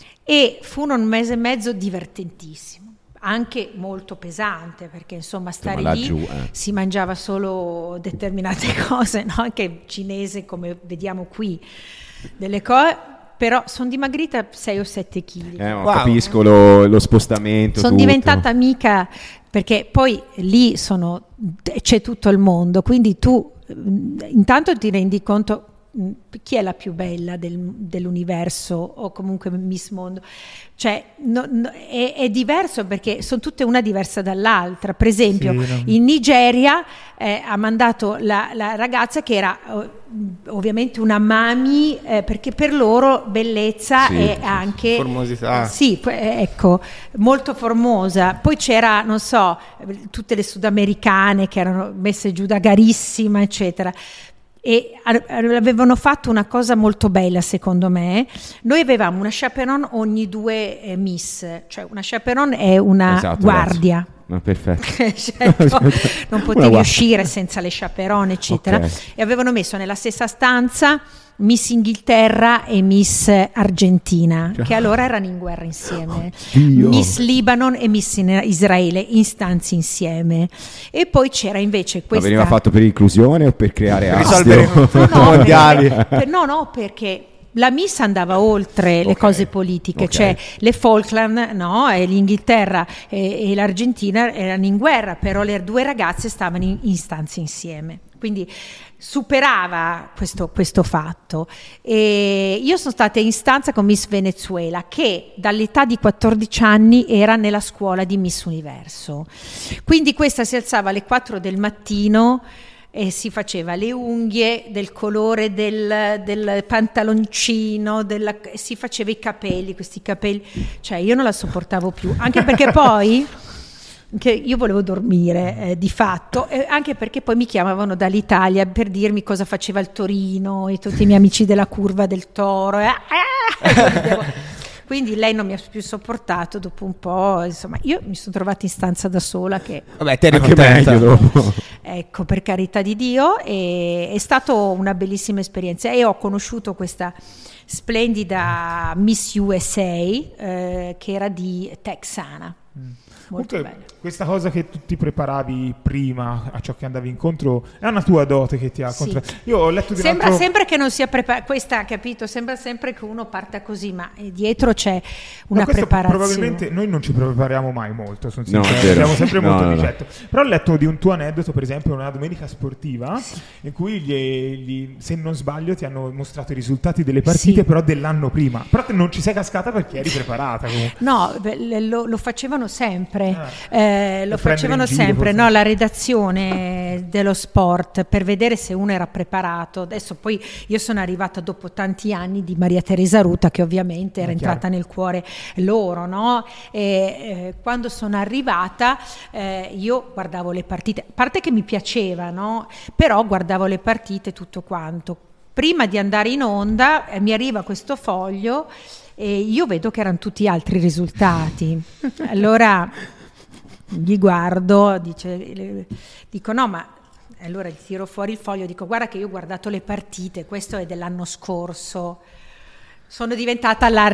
E fu un mese e mezzo divertentissimo, anche molto pesante, perché insomma stare Insomma, lì laggiù, eh. si mangiava solo determinate cose, no? Anche cinese, come vediamo qui, delle cose, però sono dimagrita sei o sette chili. Eh, ma Wow. capisco lo, lo spostamento. Sono tutto. diventata amica, perché poi lì sono, c'è tutto il mondo, quindi tu mh, intanto ti rendi conto mh, chi è la più bella del- dell'universo, o comunque Miss Mondo. Cioè no- no- è, è diverso, perché sono tutte una diversa dall'altra. Per esempio, Sì, no. in Nigeria eh, ha mandato la, la ragazza che era oh, ovviamente una mami, eh, perché per loro bellezza Sì, è sì, sì. anche Formosità. eh, sì, poi, eh, ecco, molto formosa. Poi c'era, non so, eh, tutte le sudamericane che erano messe giù da Garissima, eccetera. E a- avevano fatto una cosa molto bella, secondo me. Noi avevamo una chaperone ogni due eh, miss, cioè una chaperone è una Esatto, guardia. Ma perfetto. Certo, non Una potevi guardia. uscire senza le chaperone, eccetera. Ok. E avevano messo nella stessa stanza Miss Inghilterra e Miss Argentina, che allora erano in guerra insieme, Dio. Miss Libanon e Miss in- Israele in stanze insieme. E poi c'era invece Ma questa... veniva fatto per inclusione o per creare Per astio? risolvere No, no, mondiali. per- per- no, no, perché la Miss andava oltre le Ok, cose politiche, ok. cioè le Falkland, no, e l'Inghilterra e, e l'Argentina erano in guerra, però le due ragazze stavano in, in stanze insieme, quindi superava questo, questo fatto. E io sono stata in stanza con Miss Venezuela, che dall'età di quattordici anni era nella scuola di Miss Universo, quindi questa si alzava alle quattro del mattino e si faceva le unghie del colore del, del pantaloncino, della, si faceva i capelli, questi capelli, cioè io non la sopportavo più, anche perché poi che io volevo dormire eh, di fatto, eh, anche perché poi mi chiamavano dall'Italia per dirmi cosa faceva il Torino e tutti i miei amici della curva del Toro, eh, eh, quindi lei non mi ha più sopportato. Dopo un po', insomma, io mi sono trovata in stanza da sola, che Vabbè, te eri Anche contenta. meglio dopo. ecco, per carità di Dio, e, è stata una bellissima esperienza e ho conosciuto questa splendida Miss U S A eh, che era di Texana. Molto Comunque, bella. questa cosa che tu ti preparavi prima a ciò che andavi incontro è una tua dote che ti ha Sì. contra... Io ho letto di un Sembra altro... sempre che non sia preparato, questa, capito? Sembra sempre che uno parta così, ma dietro c'è una Ma questo preparazione. probabilmente noi non ci prepariamo mai molto, sono No, sincero, è vero. siamo sempre No, molto no, di no. getto. Però ho letto di un tuo aneddoto, per esempio, una domenica sportiva in cui gli, gli- se non sbaglio ti hanno mostrato i risultati delle partite, Sì. però dell'anno prima. Però te non ci sei cascata perché eri preparata comunque. No, beh, lo, lo facevano sempre, Ah. eh, lo Per prendere facevano in giro, sempre, forse. no, la redazione dello sport, per vedere se uno era preparato. Adesso poi io sono arrivata dopo tanti anni di Maria Teresa Ruta, che ovviamente era È chiaro. entrata nel cuore loro, no? E eh, quando sono arrivata eh, io guardavo le partite, a parte che mi piaceva, no? Però guardavo le partite tutto quanto. Prima di andare in onda eh, mi arriva questo foglio e io vedo che erano tutti altri risultati. Allora gli guardo, dice, dico no, ma allora gli tiro fuori il foglio, dico guarda che io ho guardato le partite, questo è dell'anno scorso. Sono diventata la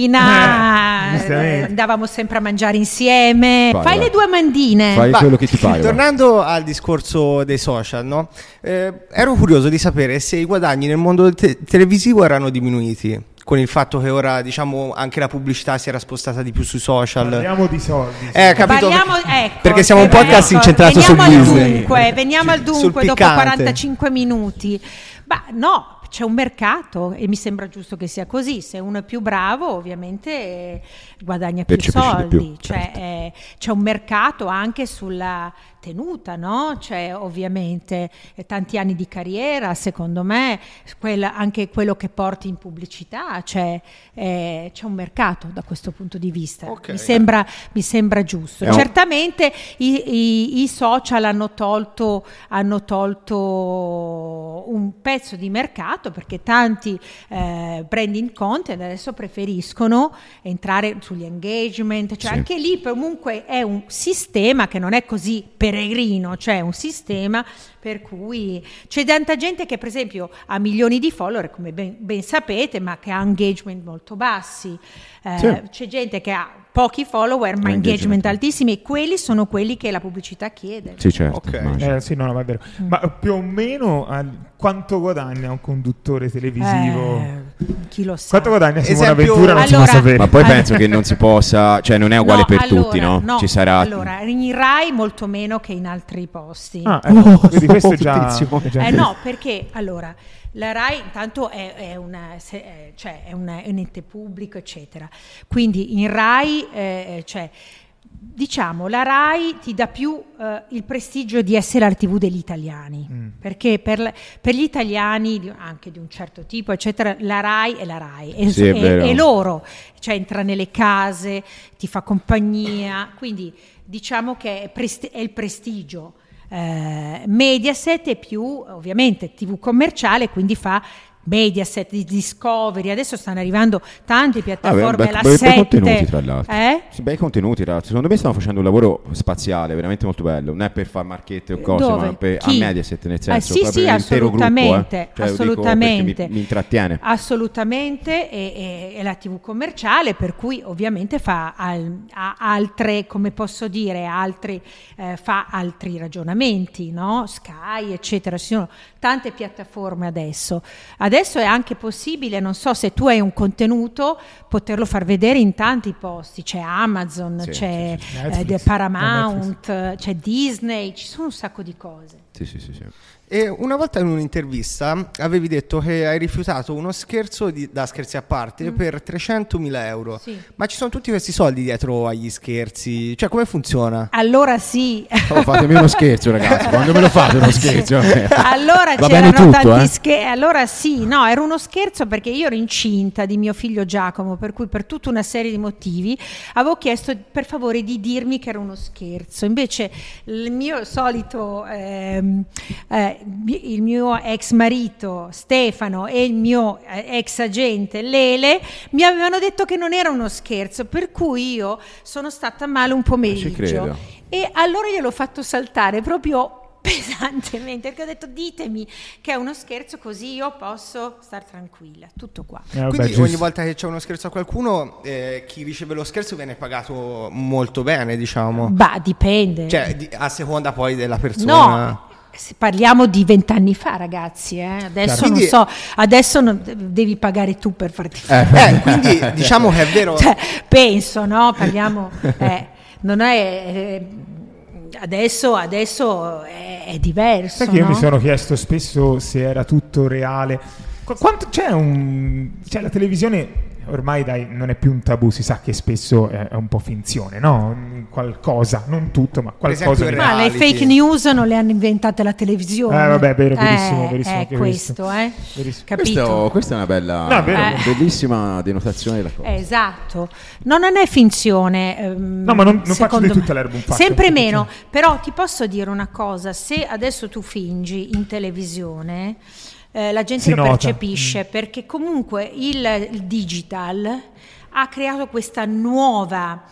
regina, Eh, giustamente. andavamo sempre a mangiare insieme. Vai, Fai vai. le due mandine. Fai Ma, quello che ti pare. va. Tornando al discorso dei social, no? Eh, ero curioso di sapere se i guadagni nel mondo te- televisivo erano diminuiti con il fatto che ora, diciamo, anche la pubblicità si era spostata di più sui social. Parliamo di soldi. sì. Eh, capito? Parliamo- Perché- ecco, perché siamo un ecco, podcast incentrato sul veniamo al business. dunque, veniamo al Sul dunque dopo piccante. quarantacinque minuti. Ma no, c'è un mercato e mi sembra giusto che sia così. Se uno è più bravo, ovviamente eh, guadagna più Percepisce di soldi. più, Cioè, certo. eh, c'è un mercato anche sulla tenuta, no? Cioè, ovviamente eh, tanti anni di carriera, secondo me, quella- anche quello che porti in pubblicità, cioè, eh, c'è un mercato da questo punto di vista. Ok. Mi sembra, mi sembra giusto. È un- Certamente i, i- i social hanno tolto, hanno tolto un pezzo di mercato, perché tanti eh, branding content adesso preferiscono entrare sugli engagement, cioè Sì. anche lì comunque è un sistema che non è così peregrino, cioè un sistema per cui c'è tanta gente che per esempio ha milioni di follower, come ben, ben sapete, ma che ha engagement molto bassi. Eh, Sì. C'è gente che ha pochi follower ma Ma engagement, engagement. altissimi, e quelli sono quelli che la pubblicità chiede. Sì, certo. Ok. immagino. Eh, sì, no, no, ma è vero. Mm. Ma più o meno al- quanto guadagna un conduttore televisivo? Eh, chi lo sa. Quanto guadagna Simone Esempio- Ventura non si Allora- può sapere. Ma poi Allora- penso che non si possa, cioè non è uguale No, per allora, tutti, no? no, Ci sarà. Allora, in Rai molto meno che in altri posti. Ah, ecco, vedi, questo è già, Bellissimo. è già Eh no, perché allora la Rai intanto è, è, una, se- è- cioè, è, una- è un ente pubblico, eccetera. Quindi in Rai, eh, cioè, diciamo, la Rai ti dà più eh, il prestigio di essere la tivù degli italiani, Mm. perché per, la- per gli italiani, di- anche di un certo tipo, eccetera, la Rai è la Rai, e, Sì, è e- vero. e loro, cioè entra nelle case, ti fa compagnia, quindi diciamo che è, presti- è il prestigio. Eh, Mediaset è più ovviamente tivù commerciale, quindi fa Mediaset, di Discovery, adesso stanno arrivando tante Ah, beh, piattaforme, beh, la bei sette, contenuti tra l'altro. eh? Sì, bei contenuti tra l'altro. Secondo me stanno facendo un lavoro spaziale veramente molto bello. Non è per far marchette o cose, Dove? ma per, a Chi? Mediaset, nel Eh, senso sì, proprio sì, l'intero gruppo. assolutamente, Eh. Cioè, lo dico assolutamente. perché mi, mi intrattiene. Assolutamente, e, e- è la tivù commerciale, per cui ovviamente fa al- ha altre, come posso dire, altri, eh, fa altri ragionamenti, no? Sky, eccetera. Ci sono tante piattaforme adesso. Ad- adesso è anche possibile, non so, se tu hai un contenuto, poterlo far vedere in tanti posti, c'è Amazon, Sì, c'è sì, sì. eh, Netflix. Paramount, c'è Disney, ci sono un sacco di cose. Sì, sì, sì, sì. E una volta in un'intervista avevi detto che hai rifiutato uno scherzo di, da Scherzi a parte Mm. per trecentomila euro. Sì. Ma ci sono tutti questi soldi dietro agli scherzi? Cioè, come funziona? Allora sì. Oh, fatemi uno scherzo, ragazzi. Quando me lo fate uno scherzo? Allora Va c'erano bene tutto, tanti eh? scherzi. Allora sì, no, era uno scherzo perché io ero incinta di mio figlio Giacomo, per cui per tutta una serie di motivi avevo chiesto per favore di dirmi che era uno scherzo. Invece il mio solito ehm, eh, il mio ex marito Stefano e il mio eh, ex agente Lele mi avevano detto che non era uno scherzo, per cui io sono stata male un Ci pomeriggio credo. e allora gliel'ho fatto saltare proprio pesantemente, perché ho detto ditemi che è uno scherzo così io posso star tranquilla, tutto qua. Eh, vabbè, Quindi giusto. ogni volta che c'è uno scherzo a qualcuno, eh, chi riceve lo scherzo viene pagato molto bene, diciamo. Bah, dipende. Cioè, di- a seconda poi della persona. No, se parliamo di vent'anni fa, ragazzi, eh. Adesso Chiaro. non Quindi- so, adesso non- devi pagare tu per farti fare. Eh, quindi diciamo che è vero. Cioè, penso, no? Parliamo, eh, non è, eh, adesso, adesso è, è diverso. Sai che io no? mi sono chiesto spesso se era tutto reale. Qu- Quanto c'è un. Cioè, la televisione ormai dai, non è più un tabù, si sa che spesso è, è un po' finzione, no? Qualcosa, non tutto, ma qualcosa esempio, di. il Ma le reality. fake news non le hanno inventate la televisione. Eh, vabbè, vero, verissimo, Eh, verissimo È anche questo, eh? Verissimo. Capito? Questo, questa è una bella, No, è vero. una bellissima denotazione della cosa. Eh, esatto, no, non è finzione. ehm, No, ma non- non faccio secondo di me. tutta l'erba un fascio, Sempre perché meno, c'è- però ti posso dire una cosa: se adesso tu fingi in televisione, eh, la gente Si lo nota. percepisce, perché comunque il, il digital ha creato questa nuova,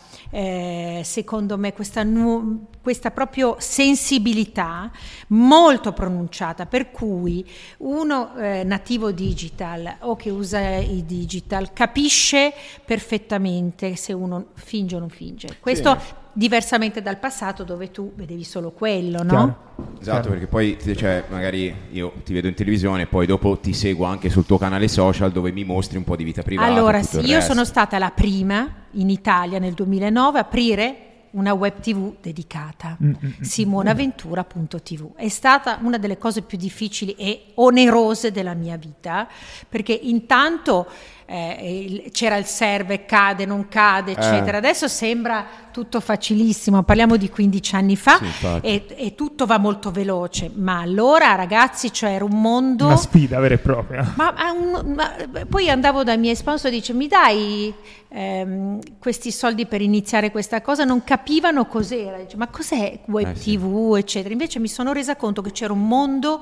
eh, secondo me, questa, nu- questa proprio sensibilità molto pronunciata, per cui uno eh, nativo digital o che usa i digital capisce perfettamente se uno finge o non finge. Questo diversamente dal passato dove tu vedevi solo quello, no? Chiaro. Esatto, Chiaro. perché poi cioè, magari io ti vedo in televisione e poi dopo ti seguo anche sul tuo canale social dove mi mostri un po' di vita privata. Allora, tutto sì, il io resto. sono stata la prima in Italia nel duemilanove a aprire una web tivù dedicata, Mm, mm, mm. simonaventura punto tivù. È stata una delle cose più difficili e onerose della mia vita, perché intanto eh, il- c'era il server, cade, non cade, eccetera. Adesso sembra tutto facilissimo, parliamo di quindici anni fa, Sì, infatti. e, e tutto va molto veloce, ma allora ragazzi, cioè era un mondo... Una sfida vera e propria. Ma, ma un- ma poi andavo dai miei sponsor e dice mi dai ehm, questi soldi per iniziare questa cosa, non capivano cos'era. Dice, ma cos'è web Eh, sì. tivù eccetera. Invece mi sono resa conto che c'era un mondo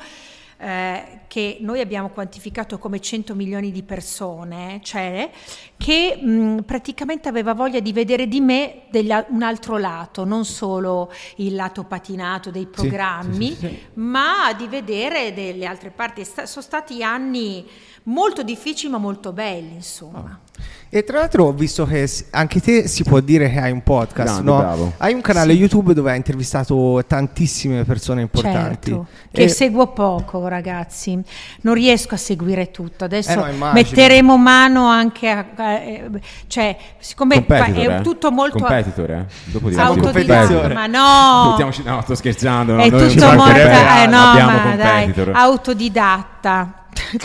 eh, che noi abbiamo quantificato come cento milioni di persone, cioè che mh, praticamente aveva voglia di vedere di me degli a- un altro lato, non solo il lato patinato dei programmi, sì, sì, sì. ma di vedere delle altre parti. Sta- sono stati anni molto difficili ma molto belli, insomma. E tra l'altro ho visto che s- anche te si può dire che hai un podcast, Grande, no? bravo. Hai un canale Sì. YouTube dove hai intervistato tantissime persone importanti. Certo, che E- seguo poco, ragazzi, non riesco a seguire tutto. Adesso Eh no, immagino. metteremo mano anche a, a- eh, cioè, siccome fa- Competitor, è eh? tutto molto Competitor, eh? Dopo Siamo diventi autodidatta, competizione. ma no, Mettiamoci- no, sto scherzando. No, è noi tutto ci molto, mancherebbe, eh, no, abbiamo ma dai, competitor. autodidatta.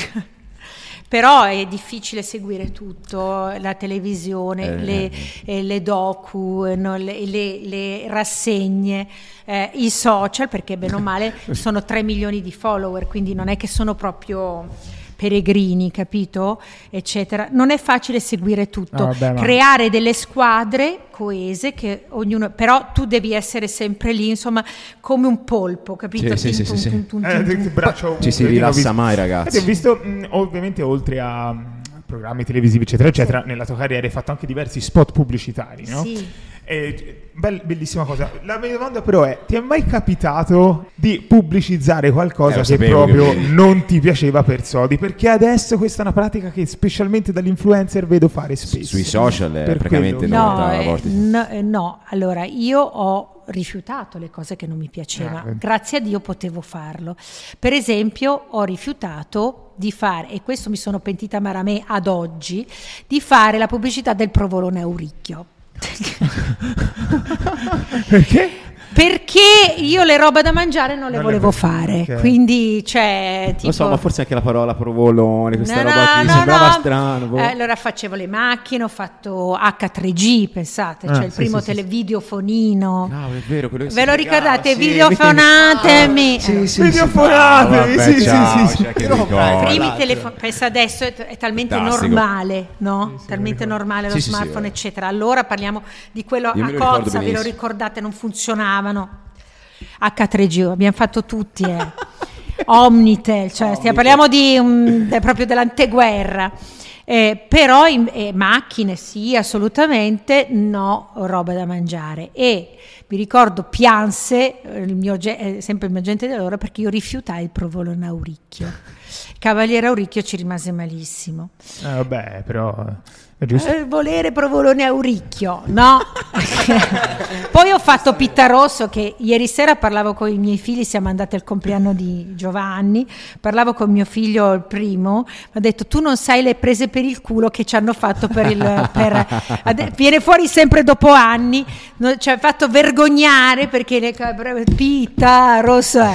Però è difficile seguire tutto, la televisione, Eh, le, eh, le docu, eh, no, le, le- le rassegne, eh, i social, perché bene o male sono tre milioni di follower, quindi non è che sono proprio peregrini, capito? Eccetera. Non è facile seguire tutto, Ah, vabbè, ma- creare delle squadre coese che ognuno, però tu devi essere sempre lì, insomma, come un polpo, capito? Sì, sì, Tin, sì, tum, sì. tum, tum, Eh, tum, che tum. braccio ovunque. Ci si Io ho rilassa visto- mai, ragazzi. Infatti ho visto, mh, ovviamente, oltre a mh, programmi televisivi, eccetera, eccetera, nella tua carriera hai fatto anche diversi spot pubblicitari, no? Sì. Eh, bell- bellissima cosa. La mia domanda però è: ti è mai capitato di pubblicizzare qualcosa Eh, che proprio che... non ti piaceva per soldi? Perché adesso questa è una pratica che specialmente dall'influencer vedo fare spesso. Sui social è praticamente no, eh, no, eh, no, allora io ho rifiutato le cose che non mi piacevano, eh. grazie a Dio potevo farlo. Per esempio ho rifiutato di fare, e questo mi sono pentita maramè ad oggi, di fare la pubblicità del provolone Auricchio. Perché? Perché io le robe da mangiare non le non volevo le fare, okay. Quindi cioè tipo... Non so, ma forse anche la parola provolone, questa no, roba qui no, sembrava no. strano. Boh. Eh, allora facevo le macchine, ho fatto acca tre G, pensate, ah, cioè il sì, primo sì, televideofonino. No, è vero, quello che ve lo ricordate? Sì, videofonatemi. Sì, sì, videofonatemi. Sì, sì, sì, sì. Primi telefoni, pensa adesso è, è talmente Fantastico. normale, no? Sì, sì, talmente normale lo sì, smartphone, sì, sì, eccetera. Allora parliamo di quello Io a cozza, ve lo ricordate, non funzionavano. acca tre G abbiamo fatto tutti, eh. Omnitel, cioè Omnitel. Stiamo, parliamo di um, de, proprio dell'anteguerra, eh, però in, eh, macchine sì, assolutamente no, roba da mangiare. E mi ricordo pianse eh, il mio, eh, sempre il mio agente di lavoro perché io rifiutai il provolone Auricchio. Il cavaliere Auricchio ci rimase malissimo. Eh, vabbè, però è giusto. Eh, volere provolone Auricchio, no? Poi ho fatto Pitta Rosso, che ieri sera parlavo con i miei figli, siamo andati al compleanno di Giovanni, parlavo con mio figlio il primo, mi ha detto tu non sai le prese per il culo che ci hanno fatto per il... Per, viene fuori sempre dopo anni, no, ci ha fatto vergognare perché le Pitta Rosso è...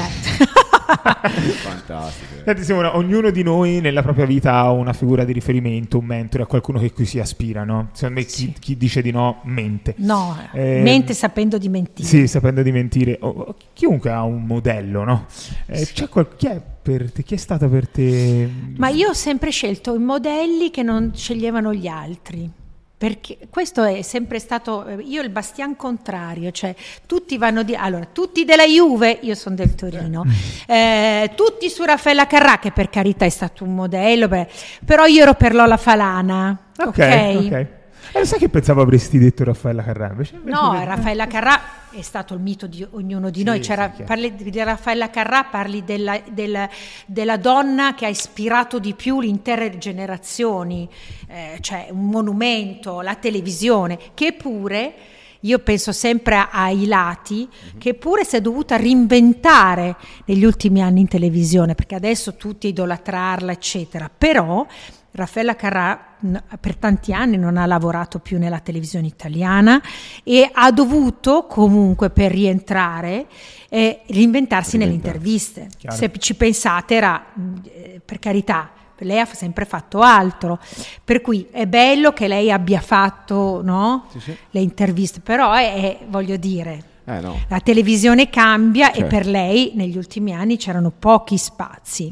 Fantastico. Senti, Simona, ognuno di noi nella propria vita ha una figura di riferimento, un mentore, a qualcuno che cui si aspira, no? Secondo me chi, sì. chi dice di no mente. No, eh, mente sapendo di mentire. Sì, sapendo di mentire. O, o, chiunque ha un modello, no? Eh, sì. C'è qual- chi è per te? Chi è stata per te? Ma io ho sempre scelto i modelli che non sceglievano gli altri. Perché questo è sempre stato io il bastian contrario, cioè tutti vanno di allora tutti della Juve, io sono del Torino, eh, tutti su Raffaella Carrà, che per carità è stato un modello, beh, però io ero per Lola Falana. Ok, ok. okay. Eh, sai che pensavo avresti detto Raffaella Carrà? Invece, invece no, invece... Raffaella Carrà è stato il mito di ognuno di sì, noi. C'era, sì, parli di Raffaella Carrà, parli della, della, della donna che ha ispirato di più le intere generazioni, eh, cioè un monumento, la televisione, che pure... Io penso sempre ai lati, che pure si è dovuta reinventare negli ultimi anni in televisione, perché adesso tutti idolatrarla, eccetera. Però Raffaella Carrà per tanti anni non ha lavorato più nella televisione italiana e ha dovuto comunque, per rientrare, eh, reinventarsi nelle interviste. Chiaro. Se ci pensate, era, eh, per carità, lei ha sempre fatto altro, per cui è bello che lei abbia fatto, no? Sì, sì. Le interviste, però è, è voglio dire eh, no. la televisione cambia, certo. E per lei negli ultimi anni c'erano pochi spazi.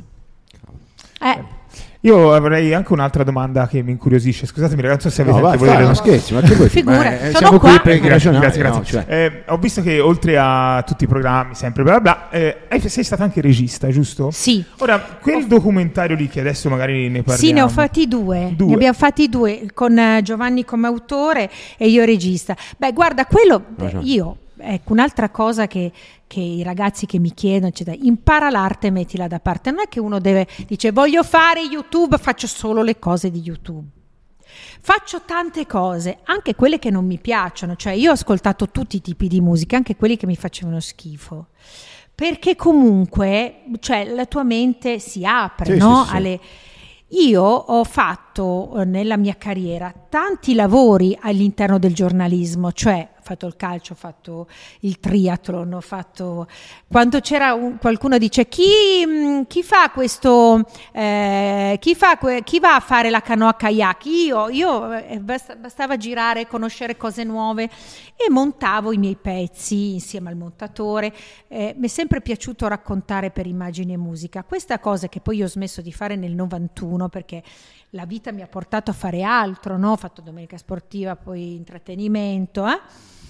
Eh. Io avrei anche un'altra domanda che mi incuriosisce. Scusatemi ragazzi, se avete no, anche vai, voi delle no, scherzi, ma che vuoi? Figura, eh, siamo qui qua. per grazie, grazie, grazie. No, cioè. eh, ho visto che oltre a tutti i programmi, sempre bla bla, eh, sei stata anche regista, giusto? Sì. Ora, quel ho... documentario lì che adesso magari ne parliamo. Sì, ne ho fatti due. due. Ne abbiamo fatti due, con uh, Giovanni come autore e io regista. Beh, guarda, quello no, no. io... Ecco, un'altra cosa che, che i ragazzi che mi chiedono, eccetera, impara l'arte e mettila da parte. Non è che uno deve, dice voglio fare YouTube, faccio solo le cose di YouTube. Faccio tante cose, anche quelle che non mi piacciono, cioè io ho ascoltato tutti i tipi di musica, anche quelli che mi facevano schifo, perché comunque, cioè, la tua mente si apre, sì, no? Sì, sì. Alle... Io ho fatto nella mia carriera tanti lavori all'interno del giornalismo, cioè ho fatto il calcio, ho fatto il triathlon, ho fatto... Quando c'era un, qualcuno dice chi, chi fa questo, eh, chi, fa que, chi va a fare la canoa kayak? Io, io eh, basta, bastava girare, conoscere cose nuove e montavo i miei pezzi insieme al montatore. Eh, mi è sempre piaciuto raccontare per immagini e musica. Questa cosa che poi io ho smesso di fare nel novantuno perché la vita mi ha portato a fare altro, no? Ho fatto Domenica Sportiva, poi intrattenimento, eh?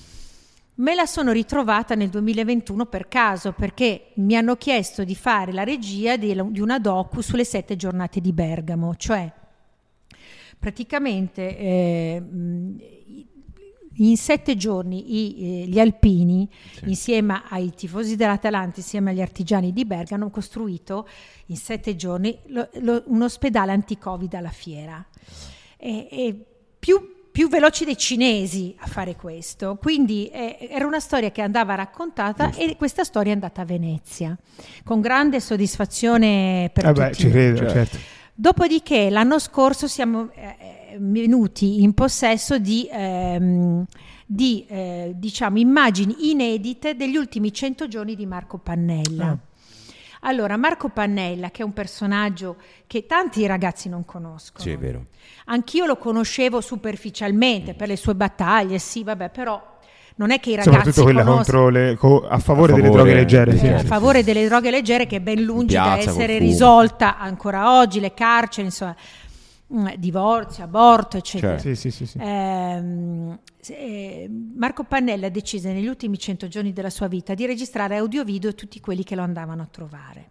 Me la sono ritrovata nel duemilaventuno per caso, perché mi hanno chiesto di fare la regia di, di una docu sulle sette giornate di Bergamo, cioè praticamente eh, in sette giorni i, eh, gli alpini, sì. insieme ai tifosi dell'Atalanta, insieme agli artigiani di Bergamo, hanno costruito in sette giorni lo, lo, un ospedale anti-Covid alla fiera. E, e più più veloci dei cinesi a fare questo, quindi eh, era una storia che andava raccontata. Giusto. E questa storia è andata a Venezia con grande soddisfazione per eh tutti. Beh, ci credo, certo. certo. Dopodiché l'anno scorso siamo eh, venuti in possesso di, ehm, di eh, diciamo immagini inedite degli ultimi cento giorni di Marco Pannella. Ah. Allora, Marco Pannella, che è un personaggio che tanti ragazzi non conoscono. Sì, è vero. Anch'io lo conoscevo superficialmente per le sue battaglie, sì, vabbè, però non è che i ragazzi soprattutto quella contro le, co- a, favore a favore delle droghe leggere, eh, sì, a sì, favore sì. delle droghe leggere, che è ben lungi Piazza, da essere col risolta ancora oggi, le carceri, insomma, mh, divorzio, aborto, eccetera. Sì, sì, sì, sì. Ehm, eh, Marco Pannella decise negli ultimi cento giorni della sua vita di registrare audio-video tutti quelli che lo andavano a trovare.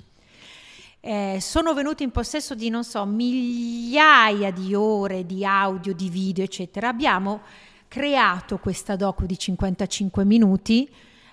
Eh, sono venuti in possesso di, non so, migliaia di ore di audio, di video, eccetera. Abbiamo creato questa docu di cinquantacinque minuti,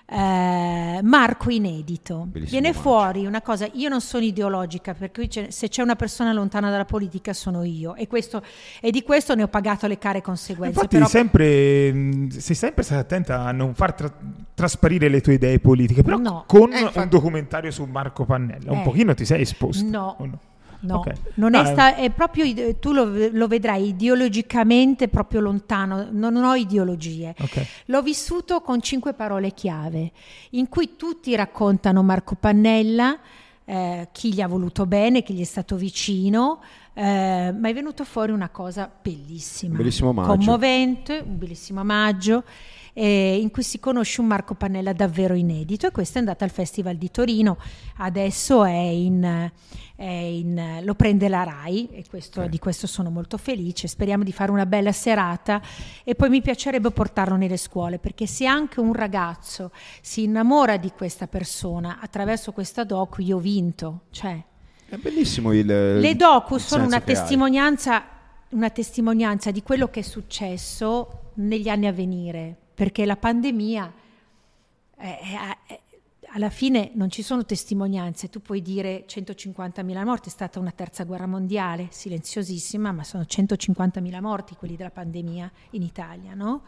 eh, Marco inedito. Bellissimo. Viene Marco. fuori una cosa, io non sono ideologica, per cui c'è, se c'è una persona lontana dalla politica sono io, e, questo, e di questo ne ho pagato le care conseguenze. Infatti però... sempre, mh, sei sempre stata attenta a non far tra- trasparire le tue idee politiche, però No. con Eh, infatti... un documentario su Marco Pannella un Eh. pochino ti sei esposto. No. o no? No, Okay. non No, è, sta- è proprio ide- tu lo, lo vedrai ideologicamente proprio lontano, non ho ideologie. Okay. L'ho vissuto con cinque parole chiave, in cui tutti raccontano Marco Pannella, eh, chi gli ha voluto bene, chi gli è stato vicino, eh, ma è venuto fuori una cosa bellissima, Un bellissimo omaggio. commovente, un bellissimo omaggio, eh, in cui si conosce un Marco Pannella davvero inedito, e questo è andato al Festival di Torino, adesso è in, è in lo prende la Rai, e questo, Okay. di questo sono molto felice. Speriamo di fare una bella serata, e poi mi piacerebbe portarlo nelle scuole, perché se anche un ragazzo si innamora di questa persona attraverso questa docu, io ho vinto. Cioè, È bellissimo il le docu il sono senso una che hai. testimonianza, una testimonianza di quello che è successo negli anni a venire, perché la pandemia è, è, è, alla fine non ci sono testimonianze. Tu puoi dire centocinquantamila morti, è stata una terza guerra mondiale silenziosissima, ma sono centocinquantamila morti quelli della pandemia in Italia, no?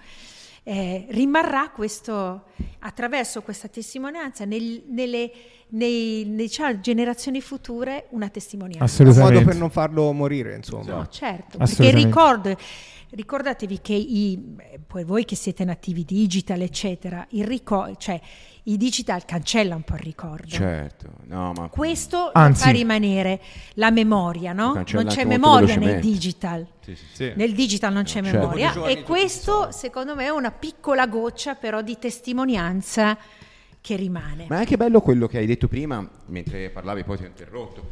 Eh, rimarrà questo, attraverso questa testimonianza nel, nelle nei, nei, diciamo, generazioni future, una testimonianza. Un Assolutamente. modo per non farlo morire, insomma. No, certo, perché Assolutamente. ricordo, ricordatevi che i, poi voi che siete nativi digital, eccetera, il ricor- cioè i digital cancella un po' il ricordo. Certo, no, ma Questo Anzi. fa rimanere la memoria, no? Cancella Non c'è anche molto memoria nel velocemente. digital. Sì, sì, sì. Sì. Nel digital non c'è certo. memoria, Dopo dei giorni e tutti questo secondo me è una piccola goccia però di testimonianza che rimane. Ma è anche bello quello che hai detto prima, mentre parlavi poi ti ho interrotto,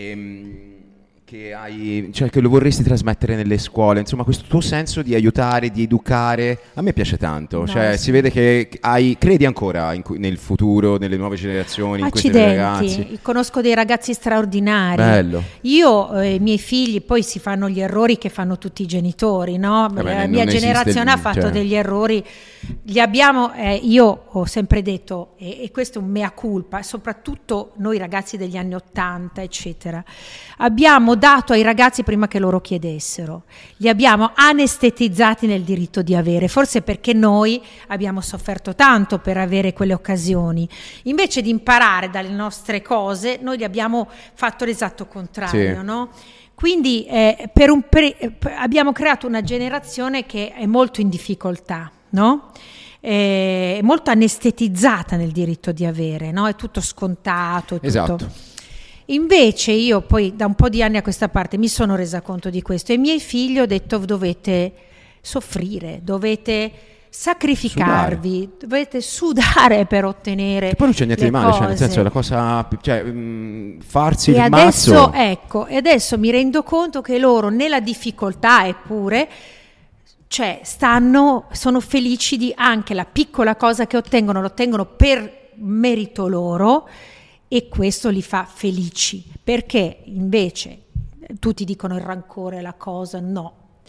ehm, che hai, cioè che lo vorresti trasmettere nelle scuole, insomma questo tuo senso di aiutare, di educare, a me piace tanto, No, cioè sì. si vede che hai, credi ancora in cu- nel futuro, nelle nuove generazioni, in questi ragazzi. Accidenti, conosco dei ragazzi straordinari. Bello. Io e i miei figli poi si fanno gli errori che fanno tutti i genitori, no? Vabbè, La non mia esiste generazione il- ha fatto cioè. degli errori, li abbiamo, eh, io ho sempre detto, e, e questo è un mea culpa, soprattutto noi ragazzi degli anni ottanta, eccetera, abbiamo dato ai ragazzi prima che loro chiedessero, li abbiamo anestetizzati nel diritto di avere, forse perché noi abbiamo sofferto tanto per avere quelle occasioni, invece di imparare dalle nostre cose noi gli abbiamo fatto l'esatto contrario, Sì. no? Quindi eh, per un pre- abbiamo creato una generazione che è molto in difficoltà, no? È molto anestetizzata nel diritto di avere, no? È tutto scontato, è tutto... Esatto. Invece io poi da un po' di anni a questa parte mi sono resa conto di questo, e ai miei figli ho detto: dovete soffrire, dovete sacrificarvi, dovete sudare per ottenere E poi non c'è niente le di male, cioè, nel cose. senso è la cosa, cioè mh, farsi E il adesso, mazzo. ecco, e adesso mi rendo conto che loro nella difficoltà, eppure, cioè stanno, sono felici di anche la piccola cosa che ottengono, lo ottengono per merito loro, e questo li fa felici, perché invece tutti dicono il rancore, la cosa, no.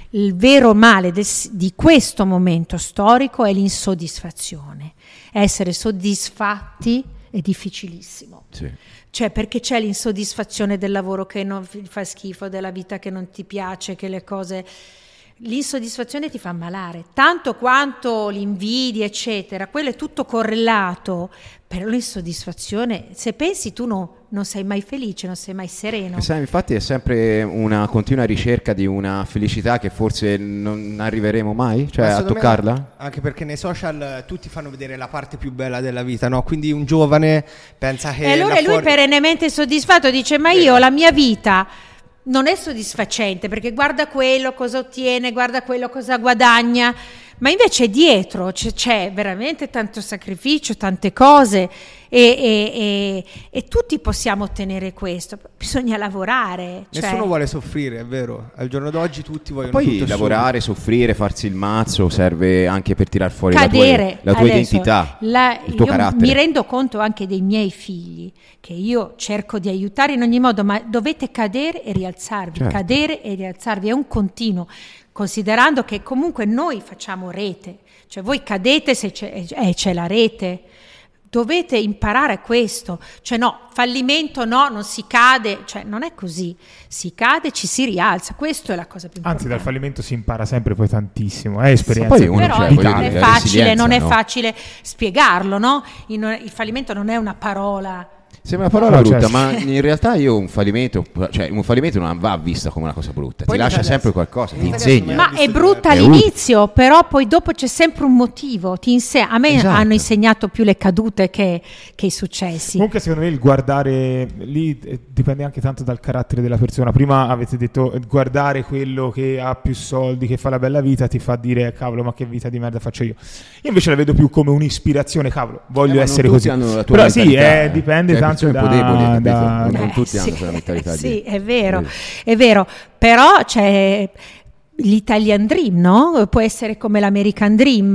il vero male del, di questo momento storico è l'insoddisfazione. Essere soddisfatti è difficilissimo. Sì. Cioè, perché c'è l'insoddisfazione del lavoro che non fa schifo, della vita che non ti piace, che le cose... L'insoddisfazione ti fa ammalare, tanto quanto l'invidia, eccetera. Quello è tutto correlato, però l'insoddisfazione, se pensi tu no, non sei mai felice, non sei mai sereno. Sai, infatti è sempre una continua ricerca di una felicità che forse non arriveremo mai, cioè a toccarla. Me, anche perché nei social tutti fanno vedere la parte più bella della vita, no? Quindi un giovane pensa che... E allora lui fuori... perennemente soddisfatto dice, ma io la mia vita... non è soddisfacente, perché guarda quello cosa ottiene, guarda quello cosa guadagna, ma invece dietro c'è, c'è veramente tanto sacrificio, tante cose e, e, e, e tutti possiamo ottenere questo, bisogna lavorare. Nessuno cioè... vuole soffrire, è vero, al giorno d'oggi tutti vogliono poi tutto lavorare, subito. Soffrire, farsi il mazzo serve anche per tirar fuori cadere, la tua, la tua adesso, identità, la, il tuo io carattere. Mi rendo conto anche dei miei figli, che io cerco di aiutare in ogni modo, ma dovete cadere e rialzarvi, certo. cadere e rialzarvi, è un continuo, considerando che comunque noi facciamo rete, cioè voi cadete se c'è, eh, c'è la rete, dovete imparare questo, cioè no, fallimento no, non si cade, cioè non è così, si cade, ci si rialza, questo è la cosa più importante. Anzi, dal fallimento si impara sempre poi tantissimo, è esperienza. Sì, poi uno, però cioè, non dire, è facile, non è no? facile spiegarlo, no? Il, il fallimento non è una parola. Sembra una parola no, brutta, certo. ma in realtà io un fallimento, cioè un fallimento non va vista come una cosa brutta, Poi ti lascia adesso, sempre qualcosa, ti in insegna. Ma è brutta È all'inizio, però poi dopo c'è sempre un motivo. Ti inse- a me Esatto. hanno insegnato più le cadute che, che i successi. Comunque secondo me il guardare lì eh, dipende anche tanto dal carattere della persona. Prima avete detto eh, guardare quello che ha più soldi, che fa la bella vita, ti fa dire cavolo, ma che vita di merda faccio io. Io invece la vedo più come un'ispirazione, cavolo, voglio Eh, essere non tutti così. hanno la tua Però sì, mentalità, eh, dipende cioè, tanto persone da, un po' deboli, capito? da... Non Eh, tutti hanno sì, quella mentalità sì, di- è vero, Vedi. è vero, però c'è l'Italian Dream, no? Può essere come l'American Dream.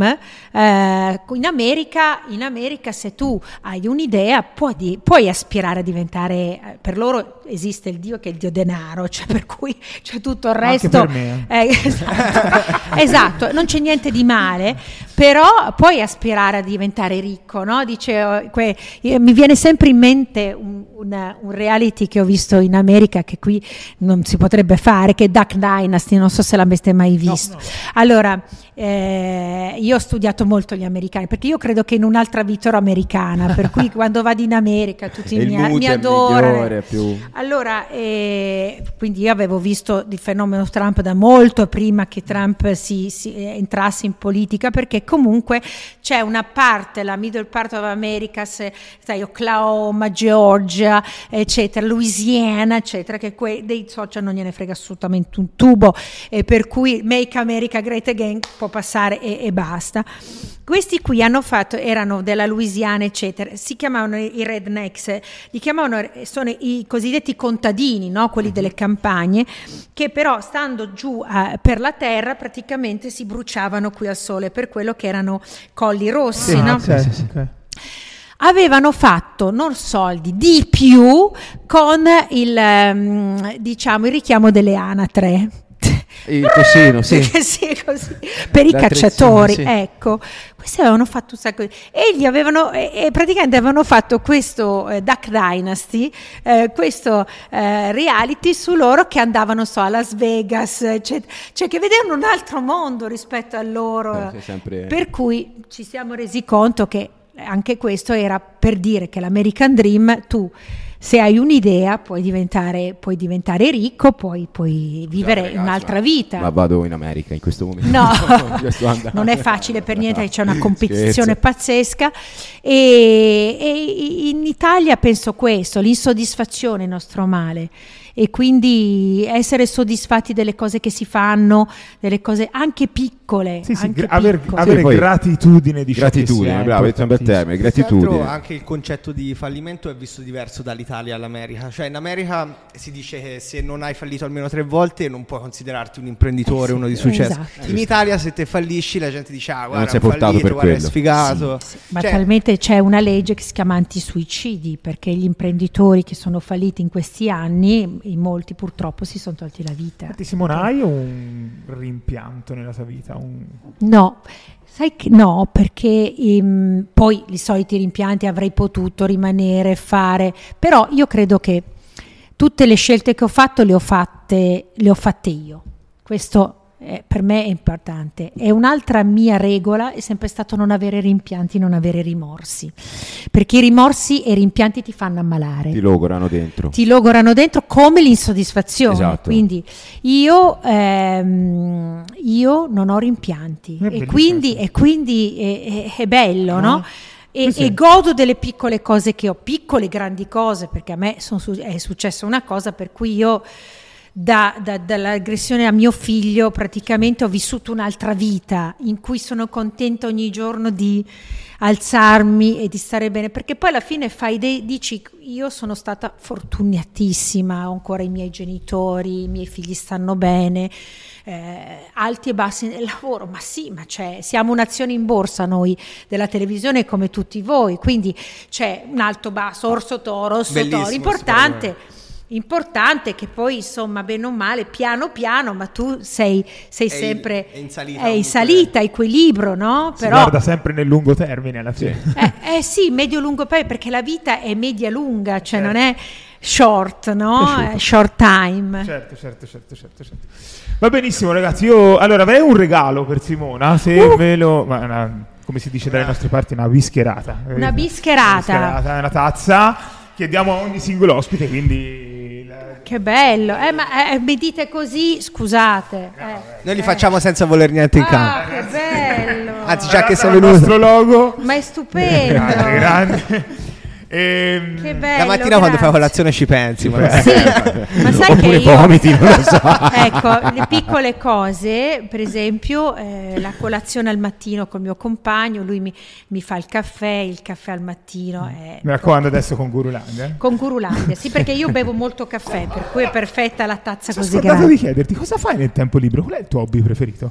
Eh, in America, in America se tu hai un'idea puoi, di, puoi aspirare a diventare, eh, per loro esiste il Dio che è il Dio denaro, cioè per cui c'è tutto il Anche resto. per me. Eh, esatto, esatto, non c'è niente di male, però puoi aspirare a diventare ricco, no? Dice, oh, que, eh, mi viene sempre in mente un, una, un reality che ho visto in America che qui non si potrebbe fare, che è Duck Dynasty, non so se l'avete mai visto. No, no. Allora, eh, io ho studiato molto gli americani, perché io credo che in un'altra vita ero americana, per cui quando vado in America tutti Il mi, mood mi è adorano. migliore, più... Allora, eh, quindi io avevo visto il fenomeno Trump da molto prima che Trump si, si eh, entrasse in politica, perché comunque c'è una parte, la middle part of America, se, sai, Oklahoma, Georgia, eccetera, Louisiana, eccetera, che que- dei social non gliene frega assolutamente un tubo, e per cui Make America Great Again può passare e, e basta. Questi qui hanno fatto, erano della Louisiana, eccetera, si chiamavano i rednecks, li chiamavano, sono i cosiddetti contadini, no? Quelli delle campagne, che però stando giù a, per la terra praticamente si bruciavano qui al sole, per quello che erano colli rossi, Sì, no? ok, ok. Avevano fatto non soldi di più con il, um, diciamo, il richiamo delle anatre. Il tossino, sì. Sì, così. Per i La cacciatori, trezzina, sì. Ecco, questi avevano fatto un sacco di... e gli avevano e, e praticamente avevano fatto questo eh, Duck Dynasty, eh, questo eh, reality su loro che andavano so a Las Vegas, eccetera. Cioè che vedevano un altro mondo rispetto a loro, Eh, sempre... per cui ci siamo resi conto che anche questo era per dire che l'American Dream, tu se hai un'idea puoi diventare, puoi diventare ricco, puoi, puoi vivere Ragazzi, un'altra ma, vita. Ma vado in America in questo momento. No, Io sto andando. non è facile per niente, No, c'è una competizione scherzo. pazzesca e, e in Italia penso questo, l'insoddisfazione è il nostro male, e quindi essere soddisfatti delle cose che si fanno, delle cose anche piccole, Sì, sì, anche gra- aver, piccole. avere Sì, poi- gratitudine di ciò che si Gratitudine, è, bravo, hai detto un bel importantissimo. termine, Più che altro gratitudine. anche il concetto di fallimento è visto diverso dall'italiano. Italia all'America. Cioè in America si dice che se non hai fallito almeno tre volte non puoi considerarti un imprenditore, eh sì, uno di successo. Esatto. In Italia se te fallisci la gente dice ah guarda, non sei portato fallito, per guarda, quello. È sfigato. Sì, sì. Ma cioè, talmente c'è una legge che si chiama antisuicidi, perché gli imprenditori che sono falliti in questi anni, in molti purtroppo si sono tolti la vita. Infatti, Simona, hai un rimpianto nella tua vita? Un... No. Sai che no, perché um, poi i soliti rimpianti avrei potuto rimanere, fare, però io credo che tutte le scelte che ho fatto le ho fatte, le ho fatte io. Questo è, per me è importante. E un'altra mia regola è sempre stato non avere rimpianti, non avere rimorsi, perché i rimorsi e i rimpianti ti fanno ammalare. Ti logorano dentro. Ti logorano dentro come l'insoddisfazione. Esatto. Quindi io, ehm, io non ho rimpianti e quindi, e quindi è, è, è bello, no? no? E, sì. e godo delle piccole cose che ho, piccole grandi cose, perché a me son su- è successa una cosa per cui io Da, da, dall'aggressione a mio figlio praticamente ho vissuto un'altra vita in cui sono contenta ogni giorno di alzarmi e di stare bene, perché poi alla fine fai dei, dici io sono stata fortunatissima, ho ancora i miei genitori, i miei figli stanno bene, eh, alti e bassi nel lavoro, ma sì, ma c'è, siamo un'azione in borsa noi della televisione come tutti voi, quindi c'è un alto basso, orso toro, orso toro, importante. Importante che poi insomma bene o male piano piano ma tu sei, sei è sempre in, è in salita, è in salita equilibrio, no? Si Però guarda sempre nel lungo termine alla fine. eh, eh sì, medio lungo termine, perché la vita è media lunga, cioè certo. non è short, no? È short time. Certo, certo, certo, certo, certo. Va benissimo ragazzi, io allora avrei un regalo per Simona, se uh. ve lo ma una, come si dice dalle nostre parti, una bischerata. Una bischerata. Una bischerata, una tazza che diamo a ogni singolo ospite, quindi che bello, eh, ma eh, mi dite così, scusate. Eh, Noi li eh. facciamo senza voler niente in ah, campo. Che bello. Anzi, già che sei venuto. Il nostro logo. Ma è stupendo. Grande, grande. E, che bello, la mattina grazie. quando fai colazione ci pensi, ma, sì, ma sai che io vomiti, non lo so. Ecco, le piccole cose, per esempio eh, la colazione al mattino col mio compagno, lui mi, mi fa il caffè, il caffè al mattino è mi raccomando adesso con Gurulandia eh? Con Gurulandia, sì, perché io bevo molto caffè, per cui è perfetta la tazza Sono così grande. Ho scordato di chiederti cosa fai nel tempo libero, qual è il tuo hobby preferito?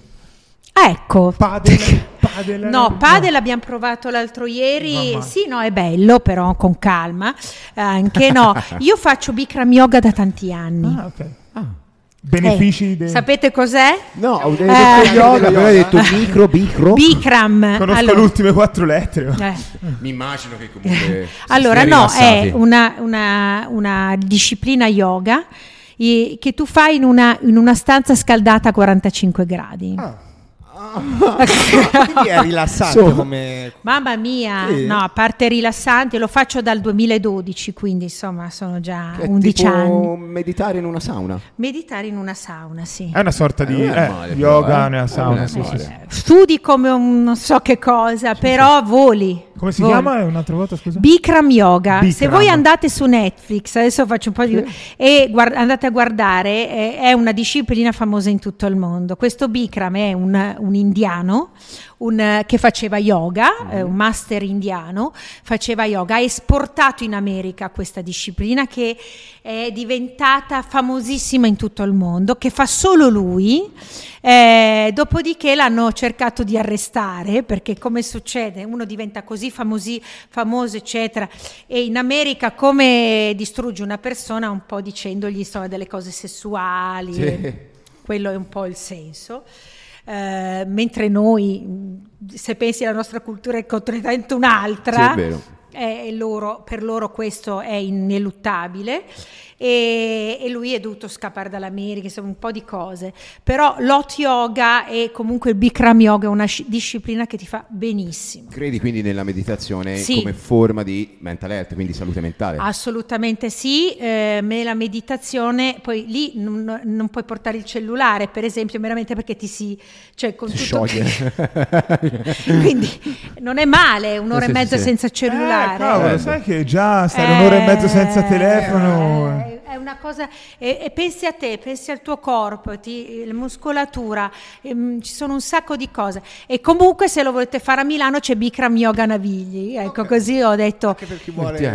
Ecco, padel, padel no, padel no. Abbiamo provato l'altro ieri, Mamma. Sì, no, è bello, però con calma, anche no, io faccio Bikram yoga da tanti anni. Ah, ok. Ah. Benefici eh, de... sapete cos'è? No, ho detto eh, yoga, aveva detto micro, bicro. Bikram. Conosco allora, le ultime quattro lettere. Eh. Mi immagino che comunque allora no, rilassati. È una, una, una disciplina yoga che tu fai in una, in una stanza scaldata a quarantacinque gradi. Ah. Quindi è rilassante so. come... Mamma mia, sì. No, a parte rilassante, lo faccio dal duemiladodici, quindi insomma sono già che undici tipo anni. Meditare in una sauna. Meditare in una sauna, sì. È una sorta di eh, male, yoga però, eh. nella sauna. Sì, sì, sì. Studi come un non so che cosa, sì, però sì. voli. Come si voli. chiama? Un'altra volta, scusa? Bikram yoga. Bikram. Se voi andate su Netflix, adesso faccio un po' di... Sì. e guard- andate a guardare, eh, è una disciplina famosa in tutto il mondo. Questo Bikram è un, un indiano un, che faceva yoga, mm. eh, un master indiano, faceva yoga, ha esportato in America questa disciplina che è diventata famosissima in tutto il mondo, che fa solo lui, eh, dopodiché l'hanno cercato di arrestare, perché come succede, uno diventa così famosi, famoso eccetera, e in America come distrugge una persona un po' dicendogli sono delle cose sessuali, sì. Quello è un po' il senso. Uh, mentre noi, se pensi alla nostra cultura, è completamente un'altra. Sì, è vero. È loro, per loro questo è ineluttabile, e, e lui è dovuto scappare dall'America, insomma un po' di cose, però l'hot yoga e comunque il Bikram yoga è una sci- disciplina che ti fa benissimo. Credi quindi nella meditazione sì. come forma di mental health, quindi salute mentale? Assolutamente sì, eh, nella meditazione poi lì non, non puoi portare il cellulare, per esempio, meramente perché ti si, cioè, con si tutto scioglie. Quindi non è male un'ora sì, e mezza sì, senza cellulare. Eh, cavolo, eh. sai che già stare eh, un'ora e mezza senza telefono... Eh, è una cosa, e, e pensi a te, pensi al tuo corpo, ti, la muscolatura, ehm, ci sono un sacco di cose, e comunque se lo volete fare a Milano c'è Bikram Yoga Navigli, ecco, okay. Così ho detto. Anche per chi vuole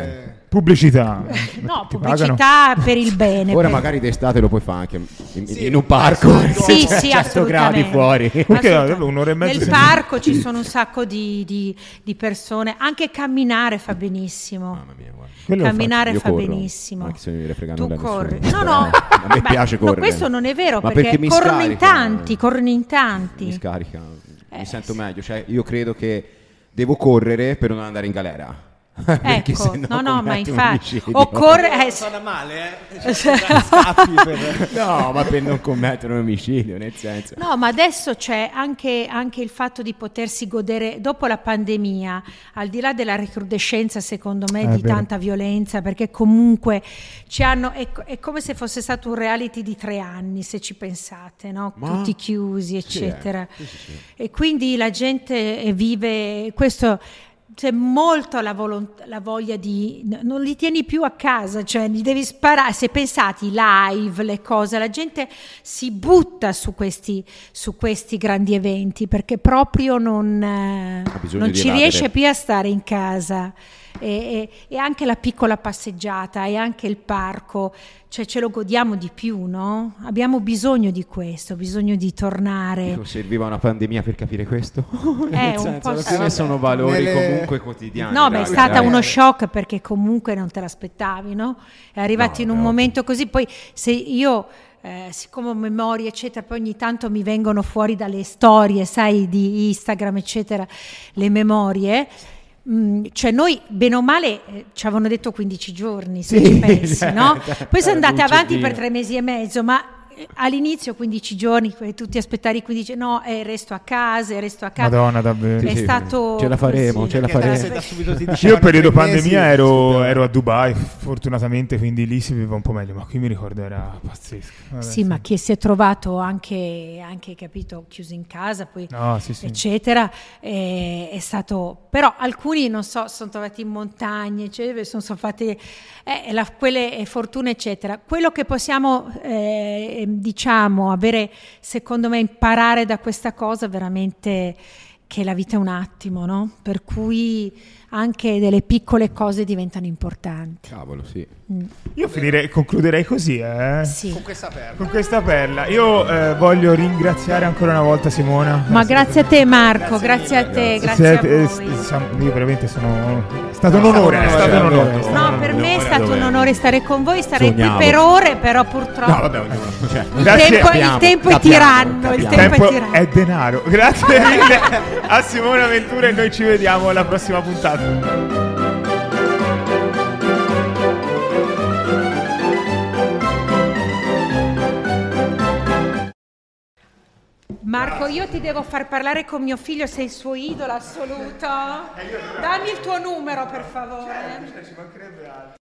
Pubblicità. No, Ti pubblicità pagano? per il bene. Ora per- magari d'estate lo puoi fare anche in, in- Sì, in un parco. esatto. Sì, Cioè, sì, cento gradi assolutamente. fuori. Comunque, Assolutamente. un'ora e mezza Nel senza- parco ci sono un sacco di, di- di persone, anche camminare fa benissimo. Mamma mia, guarda. Quello lo Camminare Io fa corro. benissimo. Non è che se ne deve fregare Tu nulla a corri. nessuno. No, no. A me Beh, piace no, correre. questo non è vero, Ma perché, mi corrono in scarica. tanti, corrono in tanti. Mi scarica, Eh, mi sento sì. meglio. Cioè, io credo che devo correre per non andare in galera. Perché Ecco, sennò no, no, ma commetto un infatti omicidio. occorre eh, Suona male, eh? Cioè, scappi per... No, ma per non commettere un omicidio, nel senso. No, ma adesso c'è anche, anche il fatto di potersi godere, dopo la pandemia, al di là della recrudescenza, secondo me, È di vero. tanta violenza, perché comunque ci hanno, è, è come se fosse stato un reality di tre anni, se ci pensate, no? Ma- Tutti chiusi, Sì, eh. eccetera. Sì, sì, sì. E quindi la gente eh, vive questo. C'è molto la, volont- la voglia di n- non li tieni più a casa, cioè li devi sparare. Se pensate i live, le cose, la gente si butta su questi, su questi grandi eventi perché proprio non, eh, Ha bisogno non di ci evadere. riesce più a stare in casa. E, e- e anche la piccola passeggiata e anche il parco, cioè ce lo godiamo di più, no? Abbiamo bisogno di questo, bisogno di tornare. Dico, serviva una pandemia per capire questo? Eh, Nel un senso, po' alla sì. fine sono valori Nelle- comunque quotidiani. No, ma è dai, stata dai. uno shock perché comunque non te l'aspettavi, no? È arrivato No, in un è momento così, poi se io, eh, siccome ho memoria, eccetera, poi ogni tanto mi vengono fuori dalle storie, sai, di Instagram, eccetera, le memorie. Mm, cioè noi bene o male eh, ci avevano detto quindici giorni se Sì, ci pensi, no? Poi sono andate luce avanti Dio. per tre mesi e mezzo, ma eh, all'inizio quindici giorni, que- tutti aspettare i quindici, no, eh, resto a casa, eh, resto a casa. Madonna, davvero. È Sì, sì, stato ce la faremo, così. ce la Perché faremo. se da subito ti Io dicevano periodo tre mesi, pandemia ero, subito- ero a Dubai, fortunatamente, quindi lì si viveva un po' meglio, ma qui mi ricordo era pazzesco. Vabbè, Sì, ma chi si è trovato anche, anche capito, chiuso in casa, poi No, sì, sì. eccetera, eh, è stato. Però alcuni, non so, sono trovati in montagne, cioè, sono, sono fatte eh, la- quelle fortune, eccetera. Quello che possiamo, eh, diciamo, avere, secondo me, imparare da questa cosa veramente che la vita è un attimo, no? Per cui anche delle piccole cose diventano importanti. Cavolo, sì. Io finirei, concluderei così, eh? Sì. Con questa perla. Con questa perla. Io eh, voglio ringraziare ancora una volta Simona. Ma grazie a te Marco, grazie a te, grazie a Siete- voi. eh, siamo- io veramente sono. È stato un onore, è stato un onore. è stato un No, onore. per me è onore stato un dovere. onore stare con voi, starei Sognavo. qui per ore, però purtroppo No, vabbè, ognuno. Cioè, il, Grazie, tempo, il capiamo, tempo è capiamo, tiranno, il capiamo. tempo è Tempo tiranno. è denaro. Grazie mille a Simona Ventura e noi ci vediamo alla prossima puntata. Marco, io ti devo far parlare con mio figlio, sei il suo idolo assoluto. Dammi il tuo numero, per favore.